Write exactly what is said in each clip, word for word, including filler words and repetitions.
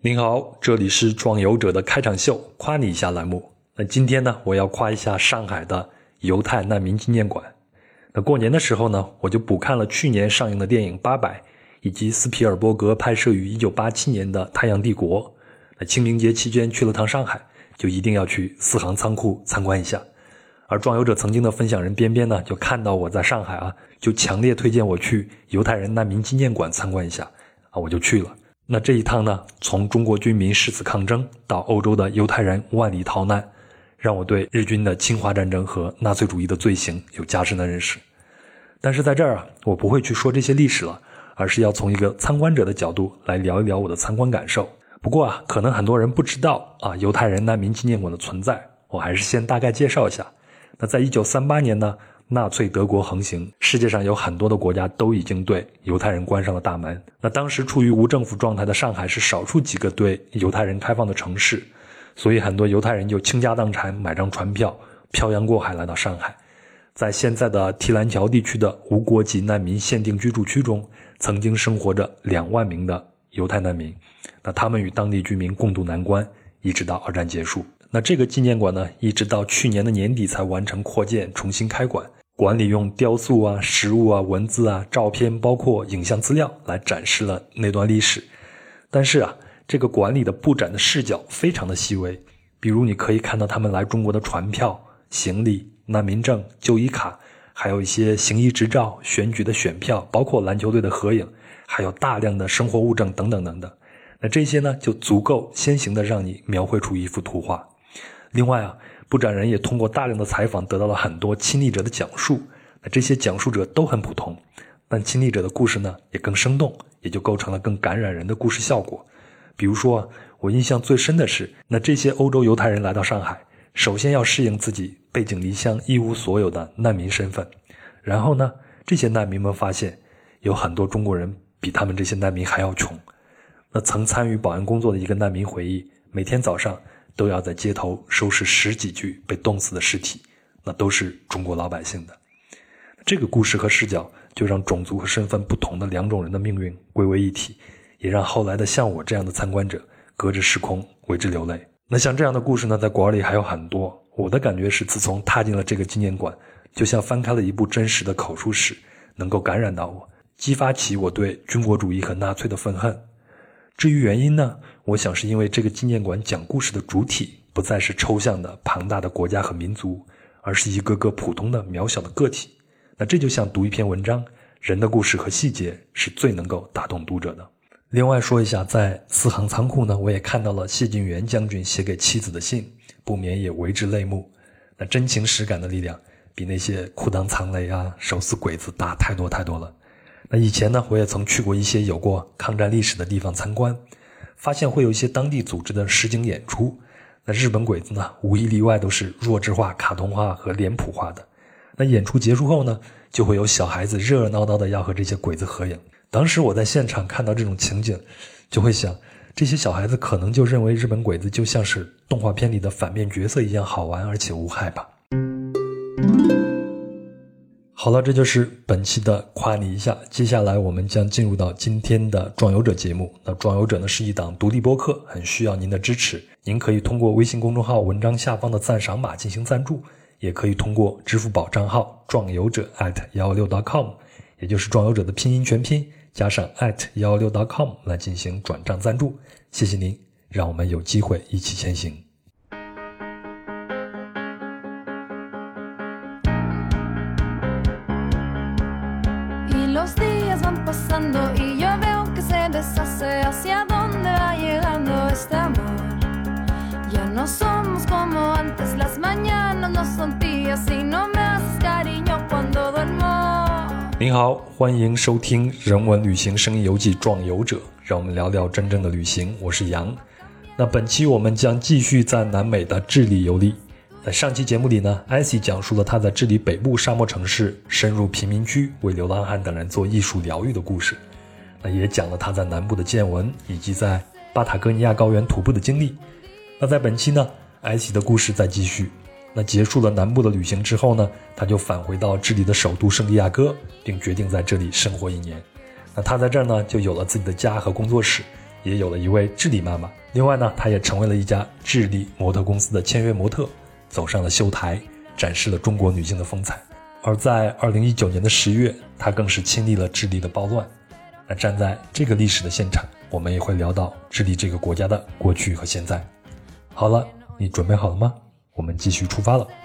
您好，这里是壮游者的开场秀，夸你一下栏目。那今天呢，我要夸一下上海的犹太难民纪念馆。那过年的时候呢，我就补看了去年上映的电影《八百》，以及斯皮尔伯格拍摄于一九八七年的《太阳帝国》。那清明节期间去了趟上海，就一定要去四行仓库参观一下。而壮游者曾经的分享人边边呢，就看到我在上海啊，就强烈推荐我去犹太人难民纪念馆参观一下啊，我就去了。那这一趟呢，从中国军民誓死抗争到欧洲的犹太人万里逃难，让我对日军的侵华战争和纳粹主义的罪行有加深的认识。但是在这儿啊，我不会去说这些历史了，而是要从一个参观者的角度来聊一聊我的参观感受。不过啊，可能很多人不知道啊，犹太人难民纪念馆的存在，我还是先大概介绍一下。那在一九三八年呢，纳粹德国横行，世界上有很多的国家都已经对犹太人关上了大门。那当时处于无政府状态的上海是少数几个对犹太人开放的城市，所以很多犹太人就倾家荡产买张船票，漂洋过海来到上海。在现在的提篮桥地区的无国籍难民限定居住区中，曾经生活着两万名的犹太难民。那他们与当地居民共度难关，一直到二战结束。那这个纪念馆呢，一直到去年的年底才完成扩建，重新开馆。馆里用雕塑啊、实物啊、文字啊、照片，包括影像资料来展示了那段历史。但是啊，这个馆里的布展的视角非常的细微，比如你可以看到他们来中国的船票、行李、难民证、就医卡，还有一些行医执照、选举的选票，包括篮球队的合影，还有大量的生活物证等等等等。那这些呢，就足够先行的让你描绘出一幅图画。另外啊，布展人也通过大量的采访得到了很多亲历者的讲述。那这些讲述者都很普通，但亲历者的故事呢也更生动，也就构成了更感染人的故事效果。比如说啊，我印象最深的是，那这些欧洲犹太人来到上海，首先要适应自己背井离乡一无所有的难民身份。然后呢，这些难民们发现有很多中国人比他们这些难民还要穷。那曾参与保安工作的一个难民回忆，每天早上都要在街头收拾十几具被冻死的尸体，那都是中国老百姓的。这个故事和视角就让种族和身份不同的两种人的命运归为一体，也让后来的像我这样的参观者隔着时空为之流泪。那像这样的故事呢，在馆里还有很多。我的感觉是，自从踏进了这个纪念馆，就像翻开了一部真实的口述史，能够感染到我，激发起我对军国主义和纳粹的愤恨。至于原因呢，我想是因为这个纪念馆讲故事的主体不再是抽象的庞大的国家和民族，而是一个个普通的渺小的个体。那这就像读一篇文章，人的故事和细节是最能够打动读者的。另外说一下，在四行仓库呢，我也看到了谢晋元将军写给妻子的信，不免也为之泪目。那真情实感的力量比那些裤裆藏雷啊、手撕鬼子大太多太多了。那以前呢，我也曾去过一些有过抗战历史的地方参观，发现会有一些当地组织的实景演出。那日本鬼子呢，无一例外都是弱智化、卡通化和脸谱化的。那演出结束后呢，就会有小孩子热热闹闹的要和这些鬼子合影。当时我在现场看到这种情景，就会想，这些小孩子可能就认为日本鬼子就像是动画片里的反面角色一样好玩而且无害吧。好了，这就是本期的夸你一下。接下来我们将进入到今天的壮游者节目。那壮游者呢，是一档独立播客，很需要您的支持。您可以通过微信公众号文章下方的赞赏码进行赞助，也可以通过支付宝账号壮游者 at 一一六 .com， 也就是壮游者的拼音全拼加上 at 一一六 .com 来进行转账赞助。谢谢您，让我们有机会一起前行。 Los días van pasando y yo veo que se deshace hacia dónde va llegando este amor. Ya no somos como antes, las mañanas no son tías y no me haces cariño cuando duermo. 您好，欢迎收听人文旅行声音游记壮游者，让我们聊聊真正的旅行。我是杨。那本期我们将继续在南美的智利游历。在上期节目里呢，艾希讲述了他在智利北部沙漠城市深入贫民区为流浪汉等人做艺术疗愈的故事。那也讲了他在南部的见闻，以及在巴塔哥尼亚高原徒步的经历。那在本期呢，艾希的故事再继续。那结束了南部的旅行之后呢，他就返回到智利的首都圣地亚哥，并决定在这里生活一年。那他在这儿呢，就有了自己的家和工作室， 也有了一位智利妈妈。另外呢，她也成为了一家智利模特公司的签约模特，走上了秀台，展示了中国女性的风采。而在二零一九年的十月，她更是亲历了智利的暴乱。那站在这个历史的现场，我们也会聊到智利这个国家的过去和现在。好了，你准备好了吗？我们继续出发了。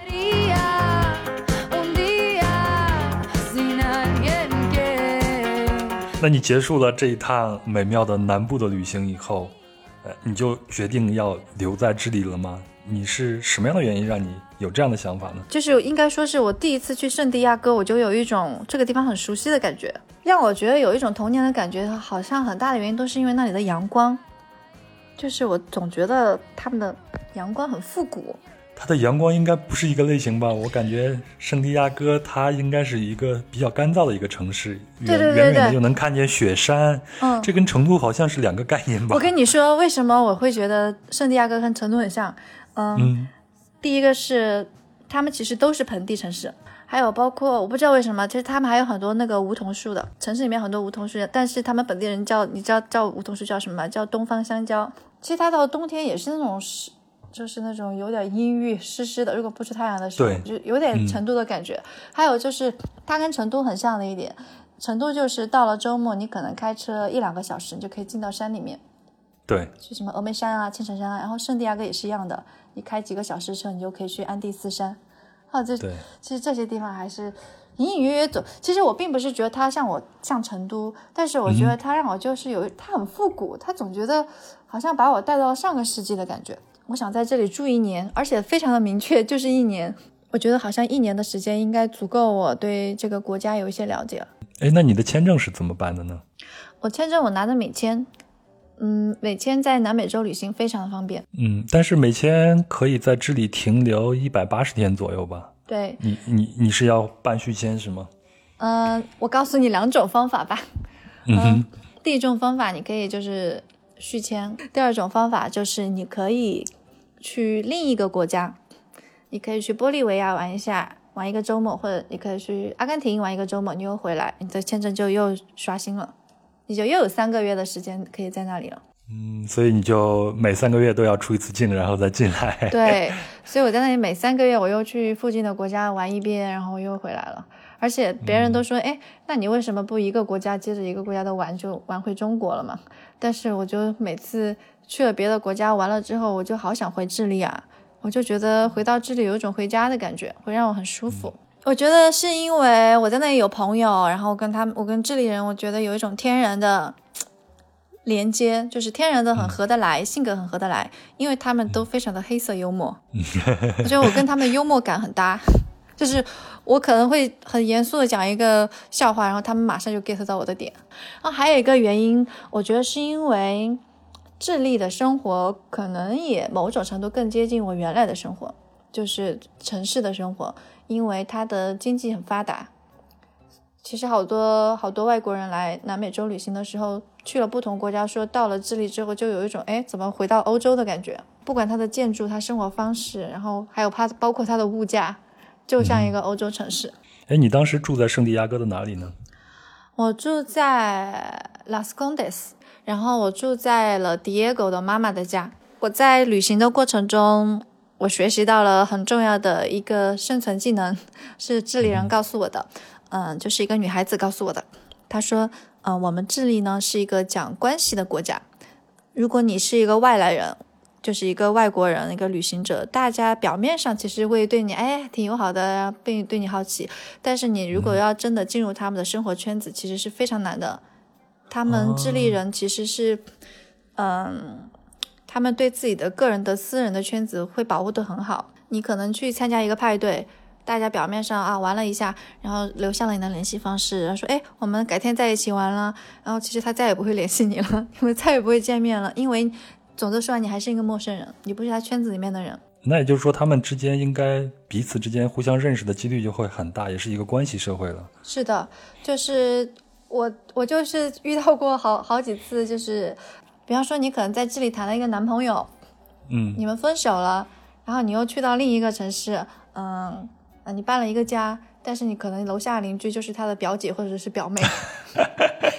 那你结束了这一趟美妙的南部的旅行以后，呃，你就决定要留在智利了吗？你是什么样的原因让你有这样的想法呢？ 就是应该说是我第一次去圣地亚哥，我就有一种这个地方很熟悉的感觉，让我觉得有一种童年的感觉，好像很大的原因都是因为那里的阳光，就是我总觉得他们的阳光很复古。 它的阳光应该不是一个类型吧？我感觉圣地亚哥它应该是一个比较干燥的一个城市， 对对对对， 远远的就能看见雪山， 嗯， 这跟成都好像是两个概念吧？ 我跟你说，为什么我会觉得圣地亚哥跟成都很像？嗯，嗯第一个是他们其实都是盆地城市，还有包括我不知道为什么，其实他们还有很多那个梧桐树的，城市里面很多梧桐树，但是他们本地人叫，你知道叫梧桐树叫什么吗？叫东方香蕉。其实它到冬天也是那种就是那种有点阴郁湿湿的，如果不出太阳的时候就有点成都的感觉、嗯、还有就是它跟成都很像的一点，成都就是到了周末你可能开车一两个小时你就可以进到山里面， 对， 去什么峨眉山啊青城山啊，然后圣地亚哥也是一样的，你开几个小时车你就可以去安第斯山啊，这其实这些地方还是隐隐约约走。其实我并不是觉得它像我像成都，但是我觉得它让我就是有、嗯、它很复古，它总觉得好像把我带到上个世纪的感觉。我想在这里住一年，而且非常的明确，就是一年。我觉得好像一年的时间应该足够我对这个国家有一些了解了。 诶，那你的签证是怎么办的呢？ 我签证我拿的美签，嗯，美签在南美洲旅行非常的方便。 嗯，但是美签可以在这里停留一百八十天左右吧？ 对。 你你你是要办续签是吗？ 嗯、呃，我告诉你两种方法吧。 嗯哼、呃， 第一种方法你可以就是续签，第二种方法就是你可以去另一个国家，你可以去玻利维亚玩一下，玩一个周末，或者你可以去阿根廷玩一个周末，你又回来，你的签证就又刷新了，你就又有三个月的时间可以在那里了。 嗯，所以你就每三个月都要出一次境，然后再进来。 对，所以我在那里每三个月我又去附近的国家玩一遍，然后又回来了。而且别人都说，哎、嗯，那你为什么不一个国家接着一个国家的玩，就玩回中国了嘛？但是我就每次去了别的国家玩了之后，我就好想回智利啊！我就觉得回到智利有一种回家的感觉，会让我很舒服。嗯、我觉得是因为我在那里有朋友，然后跟他们，我跟智利人，我觉得有一种天然的连接，就是天然的很合得来、嗯、性格很合得来，因为他们都非常的黑色幽默，我觉得我跟他们的幽默感很搭。就是我可能会很严肃的讲一个笑话，然后他们马上就 get 到我的点。然后还有一个原因，我觉得是因为智利的生活可能也某种程度更接近我原来的生活，就是城市的生活，因为它的经济很发达。其实好多好多外国人来南美洲旅行的时候，去了不同国家，说到了智利之后就有一种哎怎么回到欧洲的感觉，不管它的建筑、它生活方式，然后还有它包括它的物价，就像一个欧洲城市。 哎、嗯，你当时住在圣地亚哥的哪里呢？ 我住在 Las Condes， 然后我住在了 Diego 的妈妈的家。我在旅行的过程中，我学习到了很重要的一个生存技能，是智利人告诉我的。嗯、呃，就是一个女孩子告诉我的。她说，嗯、呃，我们智利呢是一个讲关系的国家。如果你是一个外来人，就是一个外国人，一个旅行者，大家表面上其实会对你哎挺友好的，对对你好奇，但是你如果要真的进入他们的生活圈子，其实是非常难的。他们智利人其实是嗯，他们对自己的个人的私人的圈子会保护得很好。你可能去参加一个派对，大家表面上啊玩了一下，然后留下了你的联系方式，然后说哎我们改天在一起玩了，然后其实他再也不会联系你了，你们再也不会见面了，因为总的说来你还是一个陌生人，你不是他圈子里面的人。 那也就是说他们之间应该彼此之间互相认识的几率就会很大，也是一个关系社会了。 是的，就是我我就是遇到过好好几次，就是比方说你可能在这里谈了一个男朋友，嗯，你们分手了，然后你又去到另一个城市，嗯，你搬了一个家，但是你可能楼下邻居就是他的表姐或者是表妹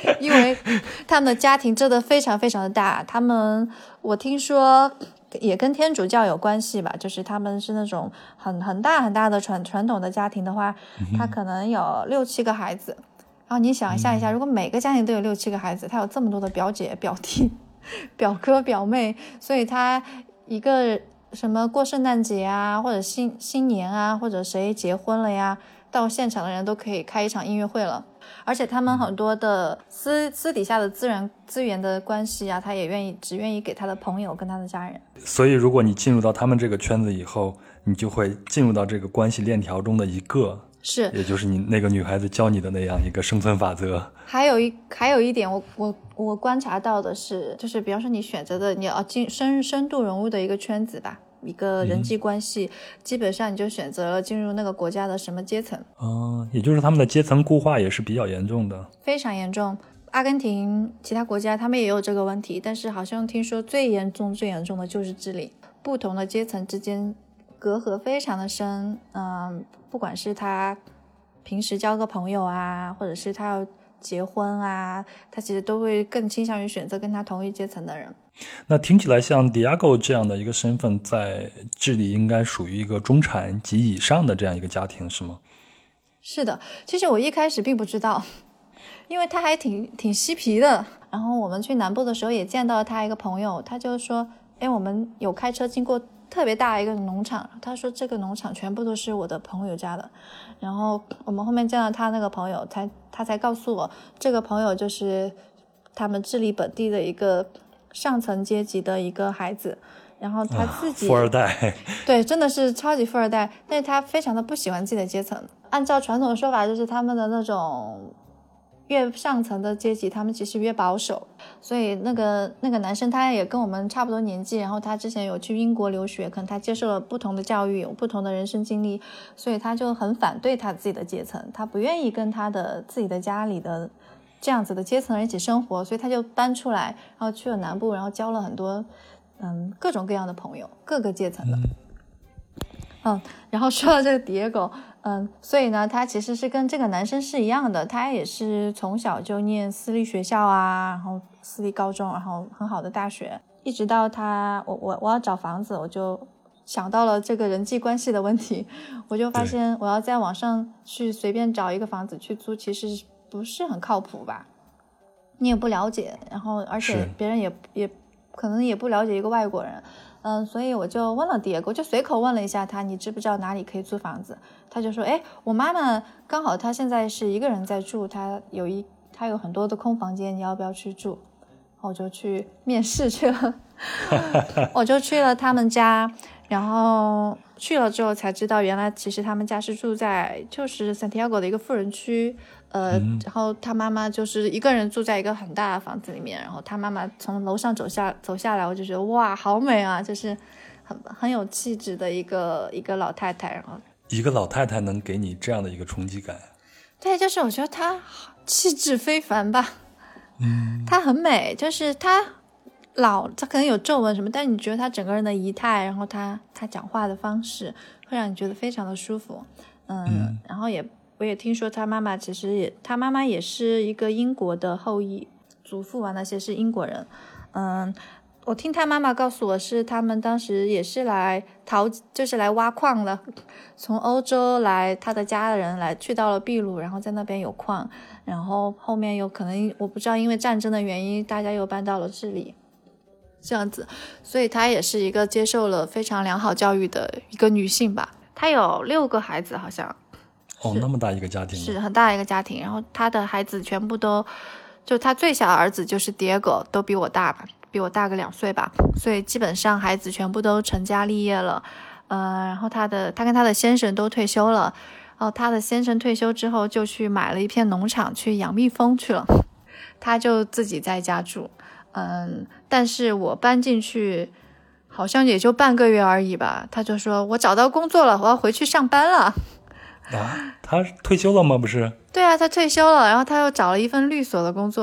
因为他们的家庭真的非常非常的大，他们我听说也跟天主教有关系吧，就是他们是那种很很大很大的传传统的家庭的话，他可能有六七个孩子，然后你想象一下，如果每个家庭都有六七个孩子，他有这么多的表姐表弟表哥表妹，所以他一个什么过圣诞节啊，或者新新年啊，或者谁结婚了呀，到现场的人都可以开一场音乐会了。而且他们很多的私私底下的资源资源的关系啊，他也愿意只愿意给他的朋友跟他的家人。 所以如果你进入到他们这个圈子以后，你就会进入到这个关系链条中的一个， 是， 也就是你那个女孩子教你的那样一个生存法则。 还有一还有一点我我我观察到的是，就是比方说你选择的你要进深深度融入的一个圈子吧，一个人际关系、嗯、基本上你就选择了进入那个国家的什么阶层。 哦，也就是他们的阶层固化也是比较严重的。 非常严重。阿根廷其他国家他们也有这个问题，但是好像听说最严重最严重的就是智利，不同的阶层之间隔阂非常的深。嗯，不管是他平时交个朋友啊，或者是他要结婚啊，他其实都会更倾向于选择跟他同一阶层的人。 那听起来像 Diego 这样的一个身份在智利应该属于一个中产及以上的这样一个家庭，是吗？ 是的，其实我一开始并不知道，因为他还挺挺嬉皮的。然后我们去南部的时候也见到了他一个朋友，他就说诶，我们有开车经过特别大一个农场，他说这个农场全部都是我的朋友家的。然后我们后面见到他那个朋友才他才告诉我，这个朋友就是他们智利本地的一个上层阶级的一个孩子，然后他自己、 啊、富二代， 对，真的是超级富二代，但是他非常的不喜欢自己的阶层。按照传统的说法，就是他们的那种越上层的阶级他们其实越保守，所以那个那个男生他也跟我们差不多年纪，然后他之前有去英国留学，可能他接受了不同的教育，有不同的人生经历，所以他就很反对他自己的阶层，他不愿意跟他的自己的家里的这样子的阶层人一起生活，所以他就搬出来，然后去了南部，然后交了很多嗯各种各样的朋友，各个阶层的。嗯嗯，然后说到这个Diego，嗯，所以呢，他其实是跟这个男生是一样的，他也是从小就念私立学校啊，然后私立高中，然后很好的大学，一直到他我我我要找房子，我就想到了这个人际关系的问题，我就发现我要在网上去随便找一个房子去租，其实不是很靠谱吧？你也不了解，然后而且别人也也可能也不了解一个外国人。嗯，所以我就问了Diego，就随口问了一下他，你知不知道哪里可以租房子？他就说，哎，我妈妈刚好她现在是一个人在住，她有一她有很多的空房间，你要不要去住？我就去面试去了，我就去了他们家，然后去了之后才知道，原来其实他们家是住在就是 Santiago 的一个富人区。呃，然后他妈妈就是一个人住在一个很大的房子里面，然后他妈妈从楼上走下走下来，我就觉得哇，好美啊，就是很很有气质的一个一个老太太。然后一个老太太能给你这样的一个冲击感？ 对，就是我觉得她气质非凡吧， 嗯， 她很美，就是她老，她可能有皱纹什么，但你觉得她整个人的仪态，然后她她讲话的方式，会让你觉得非常的舒服，嗯，嗯然后也。我也听说他妈妈其实也，他妈妈也是一个英国的后裔，祖父啊那些是英国人。嗯，我听他妈妈告诉我是他们当时也是来淘，就是来挖矿的，从欧洲来，他的家人来去到了秘鲁，然后在那边有矿，然后后面有可能我不知道因为战争的原因，大家又搬到了智利，这样子，所以她也是一个接受了非常良好教育的一个女性吧。她有六个孩子好像。 哦，那么大一个家庭， 是很大一个家庭。然后他的孩子全部都，就他最小的儿子就是 Diego， 都比我大吧，比我大个两岁吧。所以基本上孩子全部都成家立业了。呃，然后他的他跟他的先生都退休了。然后他的先生退休之后就去买了一片农场去养蜜蜂去了，他就自己在家住。嗯，但是我搬进去好像也就半个月而已吧，他就说我找到工作了，我要回去上班了。 啊，他退休了吗？不是？ 对啊，他退休了，然后他又找了一份律所的工作。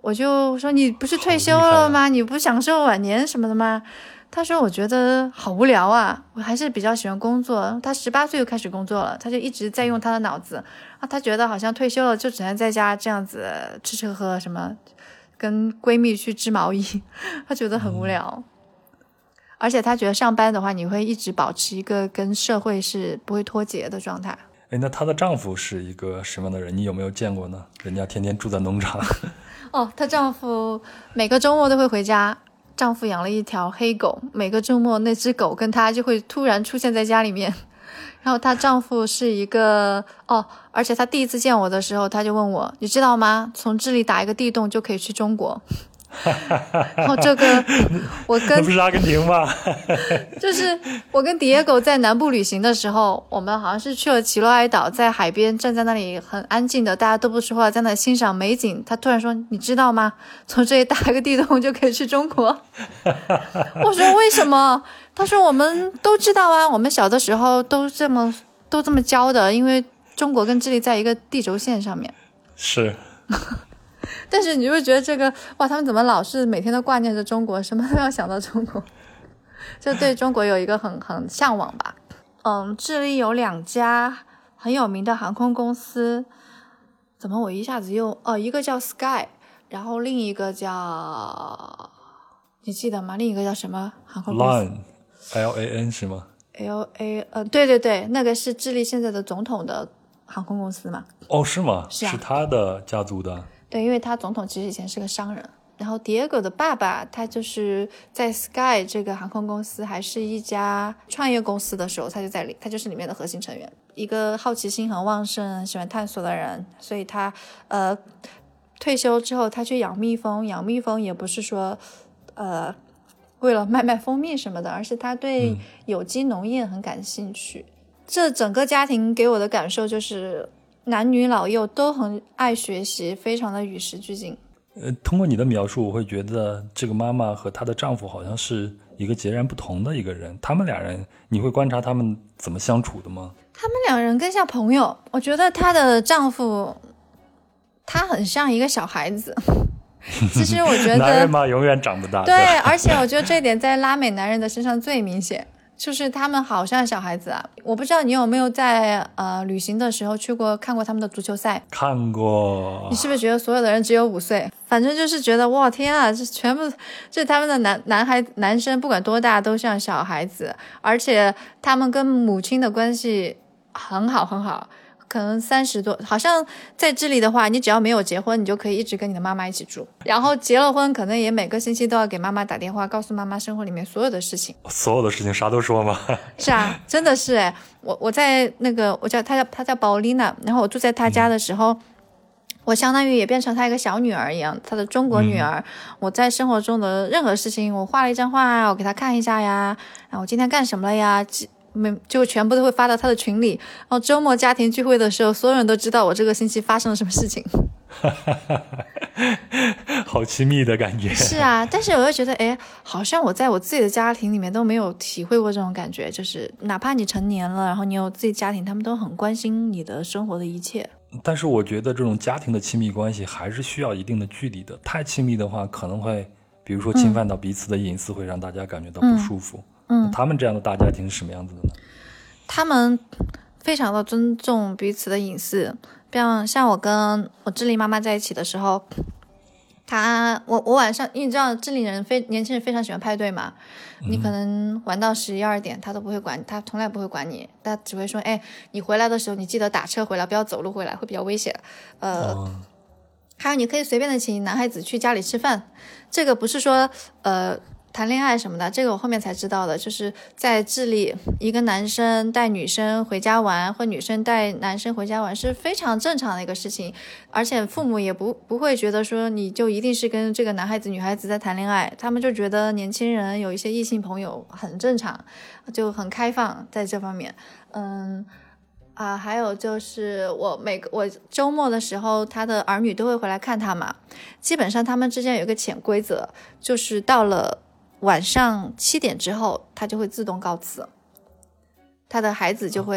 我就说你不是退休了吗？你不享受晚年什么的吗？他说我觉得好无聊啊，我还是比较喜欢工作。他十八岁就开始工作了，他就一直在用他的脑子啊，他觉得好像退休了就只能在家这样子吃吃喝喝什么，跟闺蜜去织毛衣，他觉得很无聊。嗯，而且他觉得上班的话你会一直保持一个跟社会是不会脱节的状态。 哎，那她的丈夫是一个什么样的人？你有没有见过呢？人家天天住在农场。 哦，她丈夫每个周末都会回家，丈夫养了一条黑狗，每个周末那只狗跟她就会突然出现在家里面。然后她丈夫是一个哦，而且她第一次见我的时候，她就问我，你知道吗？从智利打一个地洞就可以去中国。然后这个我跟那不是阿根廷吗？ 就是我跟迪耶狗在南部旅行的时候，我们好像是去了奇洛埃岛，在海边站在那里很安静的，大家都不说话，在那里欣赏美景。他突然说，你知道吗？从这里打一个地洞就可以去中国。我说为什么？他说我们都知道啊，我们小的时候都这么都这么教的，因为中国跟智利在一个地轴线上面。 是。 但是你就会觉得这个哇，他们怎么老是每天都挂念着中国，什么都要想到中国，就对中国有一个很很向往吧。嗯，智利有两家很有名的航空公司，怎么我一下子又哦，一个叫 Sky， 然后另一个叫你记得吗？另一个叫什么航空公司 ？Lan L A N 是吗 ？L A 呃，对对对，那个是智利现在的总统的航空公司嘛。 哦，是吗？ 是啊， 是他的家族的。 对，因为他总统其实以前是个商人，然后 Diego 的爸爸他就是在 Sky 这个航空公司还是一家创业公司的时候，他就在里，他就是里面的核心成员，一个好奇心很旺盛、喜欢探索的人，所以他呃退休之后他去养蜜蜂，养蜜蜂也不是说呃为了卖卖蜂蜜什么的，而是他对有机农业很感兴趣。嗯，这整个家庭给我的感受就是男女老幼都很爱学习，非常的与时俱进。 呃，通过你的描述，我会觉得这个妈妈和她的丈夫好像是一个截然不同的一个人。他们俩人，你会观察他们怎么相处的吗？ 他们两人更像朋友。我觉得她的丈夫，他很像一个小孩子。其实我觉得男人嘛，永远长不大。 对，而且我觉得这一点在拉美男人的身上最明显。就是他们好像小孩子啊，我不知道你有没有在呃旅行的时候去过看过他们的足球赛？ 看过。 你是不是觉得所有的人只有五岁？反正就是觉得哇天啊，这全部这他们的男男孩男生不管多大都像小孩子，而且他们跟母亲的关系很好很好。可能三十多，好像在智利的话，你只要没有结婚，你就可以一直跟你的妈妈一起住。然后结了婚，可能也每个星期都要给妈妈打电话，告诉妈妈生活里面所有的事情。 所有的事情啥都说吗？ 是啊，真的是哎，我我在那个我叫她叫她叫保丽娜，然后我住在她家的时候。嗯，我相当于也变成她一个小女儿一样，她的中国女儿。嗯，我在生活中的任何事情，我画了一张画，我给她看一下呀，然后我今天干什么了呀？就全部都会发到他的群里，然后周末家庭聚会的时候，所有人都知道我这个星期发生了什么事情。 好亲密的感觉。 是啊，但是我又觉得哎，好像我在我自己的家庭里面都没有体会过这种感觉，就是哪怕你成年了，然后你有自己家庭，他们都很关心你的生活的一切。 但是我觉得这种家庭的亲密关系还是需要一定的距离的，太亲密的话可能会比如说侵犯到彼此的隐私，会让大家感觉到不舒服。嗯，他们这样的大家庭是什么样子的呢？ 他们非常的尊重彼此的隐私，像像我跟我智利妈妈在一起的时候，他我我晚上，因为你知道智利人非年轻人非常喜欢派对嘛，嗯，你可能玩到十一二点，他都不会管，他从来不会管你，他只会说，哎，你回来的时候你记得打车回来，不要走路回来，会比较危险。呃。哦，还有你可以随便的请男孩子去家里吃饭，这个不是说呃谈恋爱什么的，这个我后面才知道的，就是在智利一个男生带女生回家玩，或女生带男生回家玩是非常正常的一个事情，而且父母也不不会觉得说你就一定是跟这个男孩子女孩子在谈恋爱，他们就觉得年轻人有一些异性朋友很正常，就很开放在这方面。嗯啊，还有就是我每个我周末的时候，他的儿女都会回来看他嘛。基本上他们之间有一个潜规则，就是到了晚上七点之后，他就会自动告辞，他的孩子就会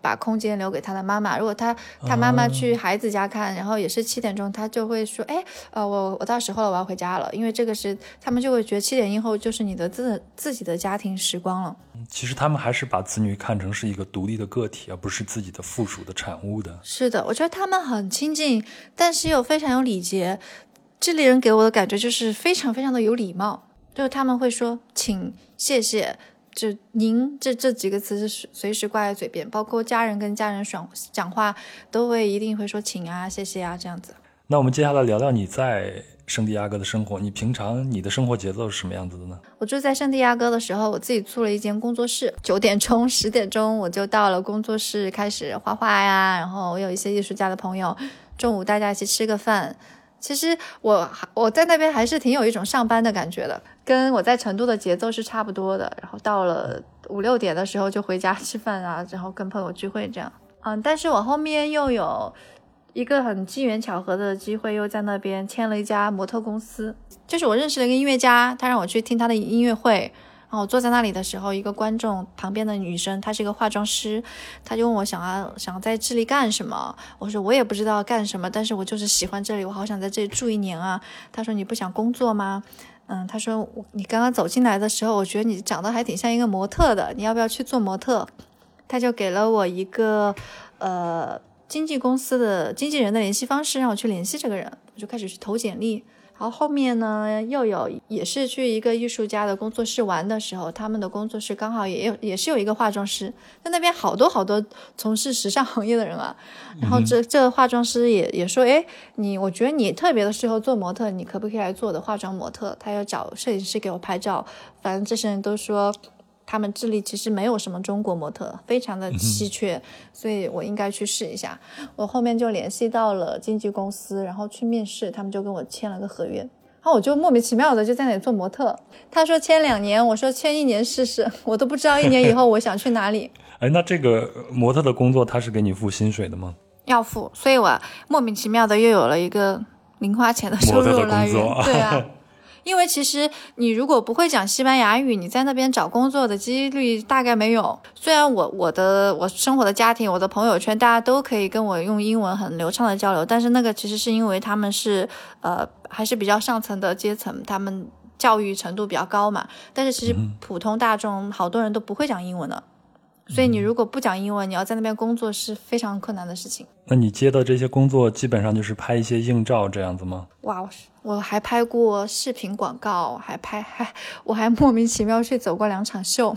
把空间留给他的妈妈。如果他他妈妈去孩子家看，然后也是七点钟，他就会说，哎，呃，我我到时候了，我要回家了，因为这个是他们就会觉得七点以后就是你的自自己的家庭时光了。 其实他们还是把子女看成是一个独立的个体，而不是自己的附属的产物的。 是的，我觉得他们很亲近，但是又非常有礼节。这里人给我的感觉就是非常非常的有礼貌，就是他们会说请、谢谢，就您这这几个词是随时挂在嘴边，包括家人跟家人讲讲话都会一定会说请啊、谢谢啊这样子。 那我们接下来聊聊你在圣地亚哥的生活，你平常你的生活节奏是什么样子的呢？ 我住在圣地亚哥的时候，我自己租了一间工作室，九点钟、十点钟我就到了工作室开始画画呀，然后我有一些艺术家的朋友，中午大家一起吃个饭。其实我我在那边还是挺有一种上班的感觉的，跟我在成都的节奏是差不多的。然后到了五六点的时候就回家吃饭啊，然后跟朋友聚会这样。嗯，但是我后面又有一个很机缘巧合的机会，又在那边签了一家模特公司。就是我认识了一个音乐家，他让我去听他的音乐会。然后我坐在那里的时候，一个观众旁边的女生，她是一个化妆师，她就问我想要想在这里干什么。我说我也不知道干什么，但是我就是喜欢这里，我好想在这里住一年啊。她说你不想工作吗？嗯，她说你刚刚走进来的时候，我觉得你长得还挺像一个模特的，你要不要去做模特？她就给了我一个呃经纪公司的经纪人的联系方式，让我去联系这个人，我就开始去投简历。然后后面呢，又有也是去一个艺术家的工作室玩的时候，他们的工作室刚好也有也是有一个化妆师，在那边好多好多从事时尚行业的人啊。然后这、嗯、这个化妆师也也说，哎，你我觉得你特别的适合做模特，你可不可以来做我的化妆模特？他要找摄影师给我拍照，反正这些人都说他们智利其实没有什么中国模特，非常的稀缺、嗯、所以我应该去试一下。我后面就联系到了经纪公司，然后去面试，他们就跟我签了个合约，然后我就莫名其妙的就在那里做模特。他说签两年，我说签一年试试，我都不知道一年以后我想去哪里。 哎，那这个模特的工作他是给你付薪水的吗？ 要付，所以我莫名其妙的又有了一个零花钱的收入来源。对啊。因为其实你如果不会讲西班牙语，你在那边找工作的几率大概没有。虽然我我的我生活的家庭，我的朋友圈大家都可以跟我用英文很流畅的交流，但是那个其实是因为他们是呃还是比较上层的阶层，他们教育程度比较高嘛。但是其实普通大众好多人都不会讲英文的，所以你如果不讲英文，你要在那边工作是非常困难的事情。 那你接的这些工作基本上就是拍一些硬照这样子吗？ 哇，我还拍过视频广告，还拍还我还莫名其妙去走过两场秀。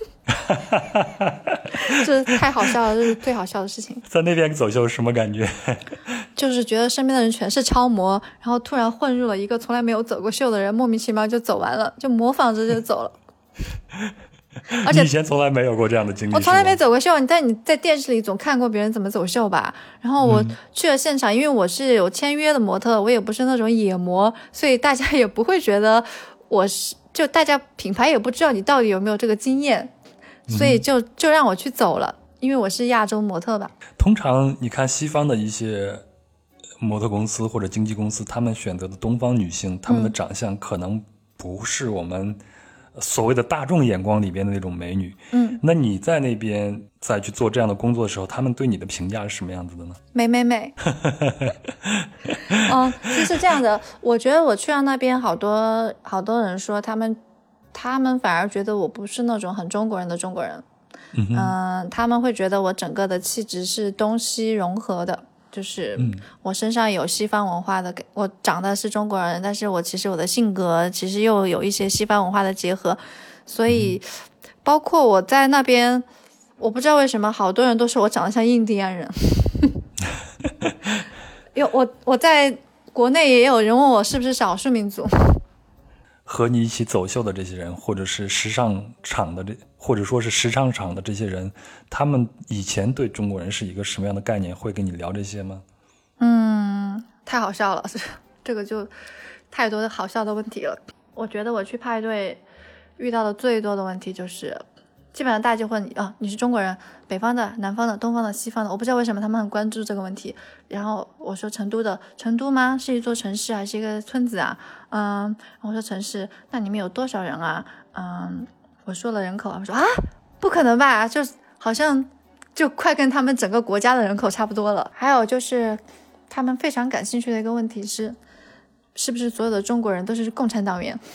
这太好笑了，这是最好笑的事情。 在那边走秀什么感觉？ 就是觉得身边的人全是超模，然后突然混入了一个从来没有走过秀的人，莫名其妙就走完了，就模仿着就走了。而且你以前从来没有过这样的经历。 我从来没走过秀，但你在电视里总看过别人怎么走秀吧。然后我去了现场、嗯、因为我是有签约的模特，我也不是那种野模，所以大家也不会觉得我是，就大家品牌也不知道你到底有没有这个经验，所以就就让我去走了，因为我是亚洲模特吧。 通常你看西方的一些模特公司或者经纪公司，他们选择的东方女性，他们的长相可能不是我们所谓的大众眼光里边的那种美女。嗯，那你在那边再去做这样的工作的时候，他们对你的评价是什么样子的呢？ 美美美。嗯，其实这样的，我觉得我去到那边，好多好多人说他们他们反而觉得我不是那种很中国人的中国人。嗯、呃、他们会觉得我整个的气质是东西融合的，就是我身上有西方文化的，我长得是中国人，但是我其实我的性格其实又有一些西方文化的结合，所以包括我在那边，我不知道为什么好多人都说我长得像印第安人。有我我在国内也有人问我是不是少数民族。 和你一起走秀的这些人，或者是时尚场的这，或者说是时尚场的这些人，他们以前对中国人是一个什么样的概念？会跟你聊这些吗？ 嗯，太好笑了，这个就太多的好笑的问题了。我觉得我去派对遇到的最多的问题就是，基本上大家就问你啊，你是中国人，北方的、南方的、东方的、西方的，我不知道为什么他们很关注这个问题。然后我说成都的，成都吗？是一座城市还是一个村子啊？嗯，我说城市，那你们有多少人啊？嗯，我说了人口啊，我说啊，不可能吧？就好像就快跟他们整个国家的人口差不多了。还有就是他们非常感兴趣的一个问题是，是不是所有的中国人都是共产党员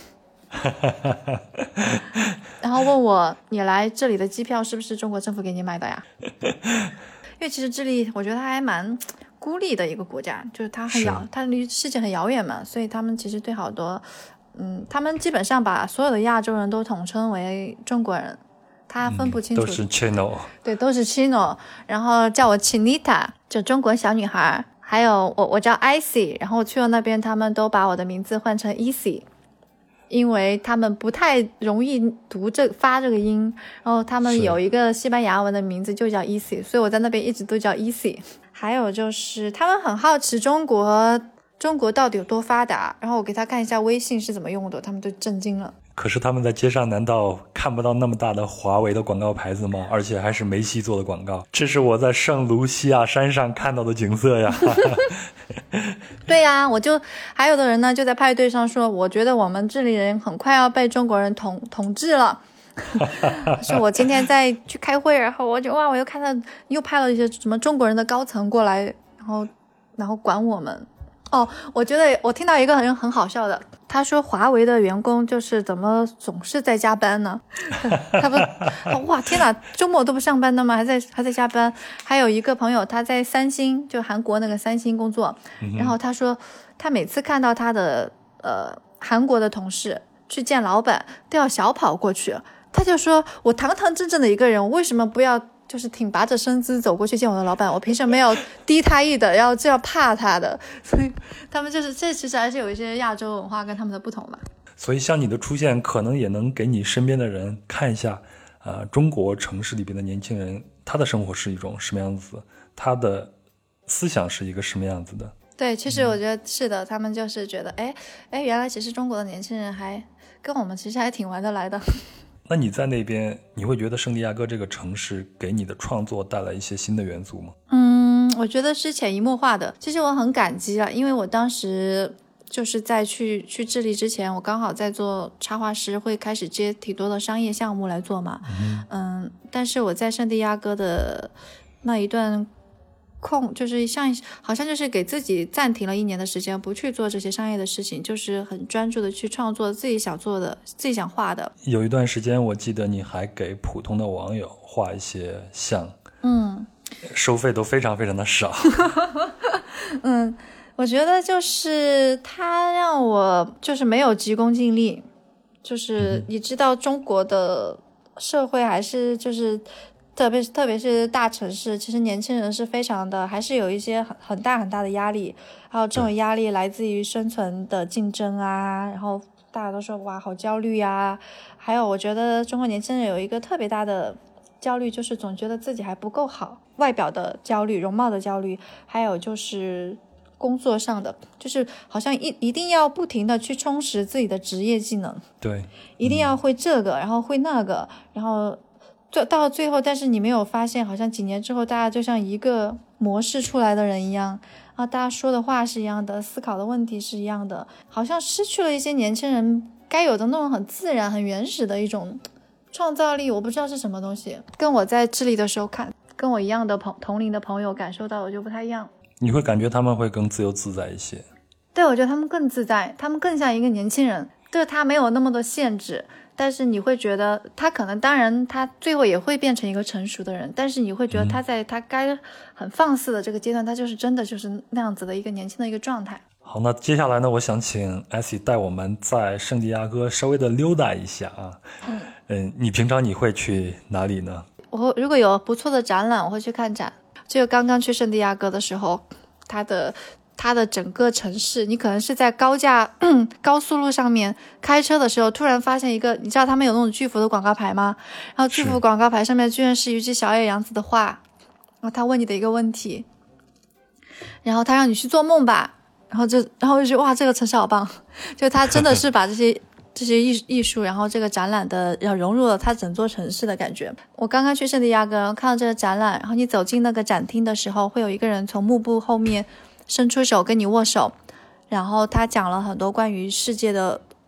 然后问我你来这里的机票是不是中国政府给你买的呀因为其实智利我觉得它还蛮孤立的一个国家，就是它很遥，它离世界很遥远嘛，所以他们其实对好多嗯，他们基本上把所有的亚洲人都统称为中国人，他分不清楚、 嗯、都是 Chino， 对，都是 Chino， 然后叫我 Chinita， 就中国小女孩。还有我我叫 Icy， 然后去了那边他们都把我的名字换成 Easy， 因为他们不太容易读这发这个音，然后他们有一个西班牙文的名字就叫 Easy， 所以我在那边一直都叫 Easy。 还有就是他们很好奇中国中国到底有多发达，然后我给他看一下微信是怎么用的，他们都震惊了。 可是他们在街上难道看不到那么大的华为的广告牌子吗？而且还是梅西做的广告，这是我在圣卢西亚山上看到的景色呀对呀、啊，我就还有的人呢就在派对上说，我觉得我们智利人很快要被中国人统统治了是我今天在去开会，然后我就哇，我又看到又派了一些什么中国人的高层过来，然后然后管我们。哦，我觉得我听到一个很很好笑的，他说华为的员工就是怎么总是在加班呢他不哇天哪，周末都不上班的吗？还在还在加班。还有一个朋友他在三星，就韩国那个三星工作、嗯、然后他说他每次看到他的呃韩国的同事去见老板都要小跑过去，他就说我堂堂正正的一个人，我为什么不要就是挺拔着身姿走过去见我的老板，我凭什么要低他一的要这样怕他的？所以他们就是这其实还是有一些亚洲文化跟他们的不同吧。 所以像你的出现可能也能给你身边的人看一下呃，中国城市里边的年轻人他的生活是一种什么样子，他的思想是一个什么样子的。 对，其实我觉得是的、嗯、他们就是觉得哎哎，原来其实中国的年轻人还跟我们其实还挺玩得来的。 那你在那边你会觉得圣地亚哥这个城市给你的创作带来一些新的元素吗？ 嗯，我觉得是潜移默化的。其实我很感激啊，因为我当时就是在去去智利之前，我刚好在做插画师，会开始接挺多的商业项目来做嘛。嗯, 嗯但是我在圣地亚哥的那一段空，就是像好像就是给自己暂停了一年的时间，不去做这些商业的事情，就是很专注的去创作自己想做的自己想画的。 有一段时间我记得你还给普通的网友画一些像， 嗯， 收费都非常非常的少嗯，我觉得就是他让我就是没有急功近利，就是你知道中国的社会还是就是特别特别是大城市，其实年轻人是非常的还是有一些很很大很大的压力，还有这种压力来自于生存的竞争啊，然后大家都说哇好焦虑啊。还有我觉得中国年轻人有一个特别大的焦虑，就是总觉得自己还不够好，外表的焦虑，容貌的焦虑，还有就是工作上的，就是好像一一定要不停的去充实自己的职业技能， 对， 一定要会这个、嗯、然后会那个，然后就到最后，但是你没有发现好像几年之后大家就像一个模式出来的人一样啊，大家说的话是一样的，思考的问题是一样的，好像失去了一些年轻人该有的那种很自然很原始的一种创造力，我不知道是什么东西，跟我在智利的时候看跟我一样的朋同龄的朋友感受到的就不太一样。 你会感觉他们会更自由自在一些？ 对，我觉得他们更自在，他们更像一个年轻人，对，他没有那么多限制，但是你会觉得他可能当然他最后也会变成一个成熟的人，但是你会觉得他在他该很放肆的这个阶段、嗯、他就是真的就是那样子的一个年轻的一个状态。 好，那接下来呢，我想请 Icy 带我们在圣地亚哥稍微的溜达一下啊。嗯嗯，你平常你会去哪里呢？ 我如果有不错的展览我会去看展，就刚刚去圣地亚哥的时候，它的它的整个城市，你可能是在高架高速路上面开车的时候，突然发现一个，你知道他们有那种巨幅的广告牌吗？然后巨幅广告牌上面居然是一只小野洋子的画，然后他问你的一个问题，然后他让你去做梦吧，然后就然后就觉得哇这个城市好棒，就他真的是把这些这些艺艺术，然后这个展览的要融入了它整座城市的感觉。我刚刚去圣地亚哥，然后看到这个展览，然后你走进那个展厅的时候，会有一个人从幕布后面伸出手跟你握手，然后他讲了很多关于世界的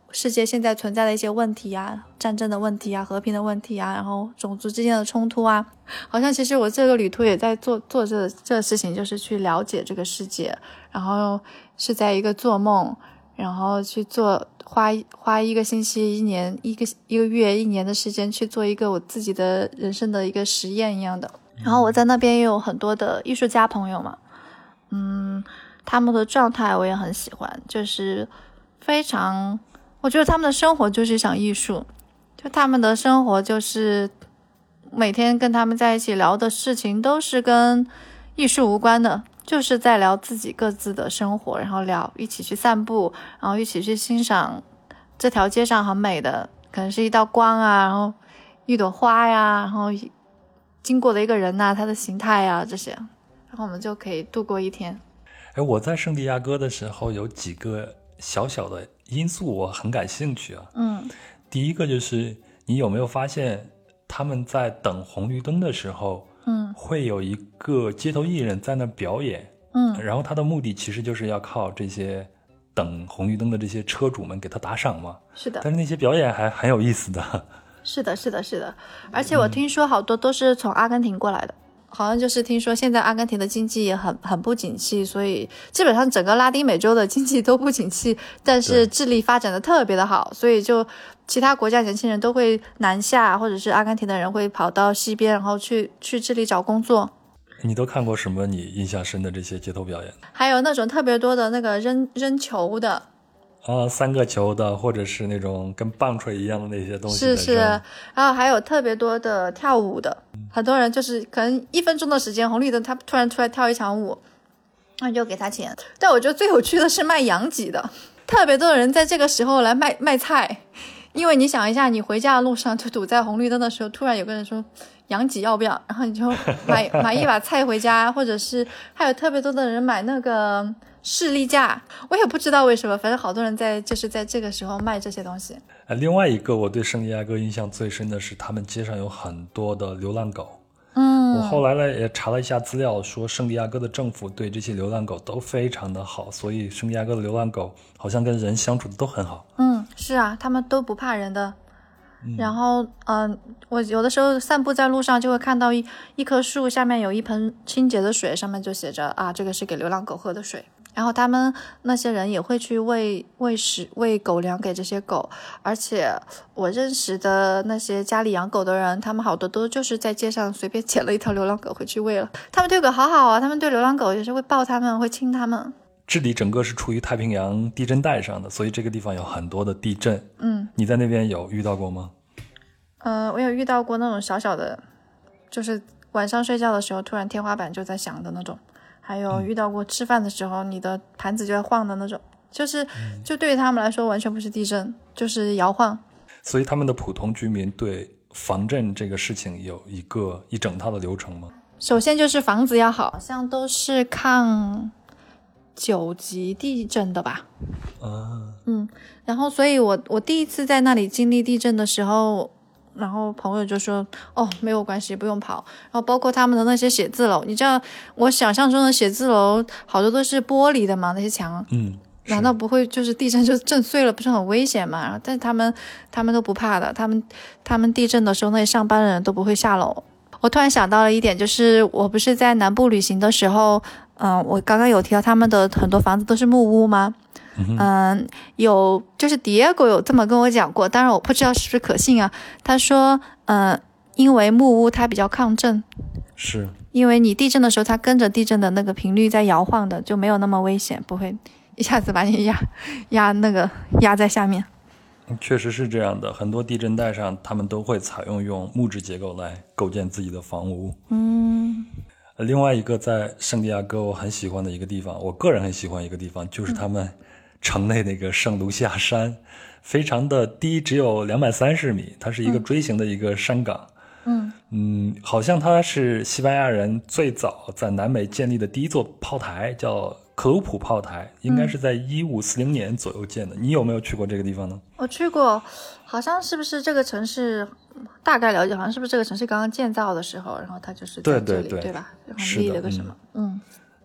世界现在存在的一些问题啊，战争的问题啊，和平的问题啊，然后种族之间的冲突啊，好像其实我这个旅途也在做做这这个事情，就是去了解这个世界，然后是在一个做梦，然后去做花花一个星期、一年、一个一个月、一年的时间去做一个我自己的人生的一个实验一样的。然后我在那边也有很多的艺术家朋友嘛，嗯，他们的状态我也很喜欢，就是非常。我觉得他们的生活就是一场艺术，就他们的生活就是每天跟他们在一起聊的事情都是跟艺术无关的，就是在聊自己各自的生活，然后聊一起去散步，然后一起去欣赏这条街上很美的，可能是一道光啊，然后一朵花呀，然后经过的一个人呐、啊，他的形态啊这些，然后我们就可以度过一天。 哎，我在圣地亚哥的时候有几个小小的因素我很感兴趣啊。 嗯， 第一个就是你有没有发现他们在等红绿灯的时候， 嗯， 会有一个街头艺人在那表演， 嗯， 然后他的目的其实就是要靠这些等红绿灯的这些车主们给他打赏嘛。 是的， 但是那些表演还很有意思的。 是的，是的，是的，而且我听说好多都是从阿根廷过来的。好像就是听说现在阿根廷的经济也很很不景气，所以基本上整个拉丁美洲的经济都不景气，但是智利发展的特别的好，所以就其他国家年轻人都会南下，或者是阿根廷的人会跑到西边，然后去去智利找工作。 你都看过什么你印象深的这些街头表演？ 还有那种特别多的那个扔扔球的啊，三个球的，或者是那种跟棒槌一样的那些东西。 是是，然后还有特别多的跳舞的，很多人就是可能一分钟的时间，红绿灯他突然出来跳一场舞，那就给他钱。但我觉得最有趣的是卖羊脊的，特别多的人在这个时候来卖卖菜，因为你想一下，你回家的路上就堵在红绿灯的时候，突然有个人说羊脊要不要，然后你就买买一把菜回家，或者是还有特别多的人买那个士力架，我也不知道为什么，反正好多人在就是在这个时候卖这些东西。 另外一个我对圣地亚哥印象最深的是他们街上有很多的流浪狗。 嗯， 我后来呢也查了一下资料，说圣地亚哥的政府对这些流浪狗都非常的好，所以圣地亚哥的流浪狗好像跟人相处的都很好。 嗯，是啊，他们都不怕人的。嗯、然后嗯、呃，我有的时候散步在路上就会看到一一棵树下面有一盆清洁的水，上面就写着啊，这个是给流浪狗喝的水。然后他们那些人也会去喂喂食喂狗粮给这些狗，而且我认识的那些家里养狗的人，他们好多都就是在街上随便捡了一条流浪狗回去喂了。他们对狗好好啊，他们对流浪狗也是会抱他们，会亲他们。 智利整个是处于太平洋地震带上的，所以这个地方有很多的地震。 嗯， 你在那边有遇到过吗？ 呃，我有遇到过那种小小的，就是晚上睡觉的时候突然天花板就在响的那种。还有遇到过吃饭的时候、嗯、你的盘子就在晃的那种，就是就对于他们来说完全不是地震，就是摇晃。 所以他们的普通居民对防震这个事情有一个一整套的流程吗？ 首先就是房子要好，好像都是抗九级地震的吧。 啊， 嗯，然后所以我我第一次在那里经历地震的时候，然后朋友就说哦没有关系不用跑，然后包括他们的那些写字楼，你知道我想象中的写字楼好多都是玻璃的嘛，那些墙， 嗯， 难道不会就是地震就震碎了不是很危险吗？然后但是他们他们都不怕的，他们他们地震的时候那些上班的人都不会下楼。我突然想到了一点，就是我不是在南部旅行的时候嗯、呃，我刚刚有提到他们的很多房子都是木屋吗？嗯、呃，有就是 Diego 有这么跟我讲过，当然我不知道是不是可信啊。他说，呃，因为木屋它比较抗震， 是因为你地震的时候，它跟着地震的那个频率在摇晃的，就没有那么危险，不会一下子把你压压那个压在下面。 确实是这样的，很多地震带上他们都会采用用木质结构来构建自己的房屋。 嗯。 另外一个在圣地亚哥我很喜欢的一个地方，我个人很喜欢一个地方，就是他们城内那个圣卢西亚山，非常的低，只有两百三十米，它是一个锥形的一个山岗。 嗯嗯，好像它是西班牙人最早在南美建立的第一座炮台，叫克鲁普炮台，应该是在一五四零年左右建的。你有没有去过这个地方呢？ 我去过，好像是不是这个城市大概了解，好像是不是这个城市刚刚建造的时候，然后它就是在这里， 对对对， 对吧？然后立了个什么，嗯。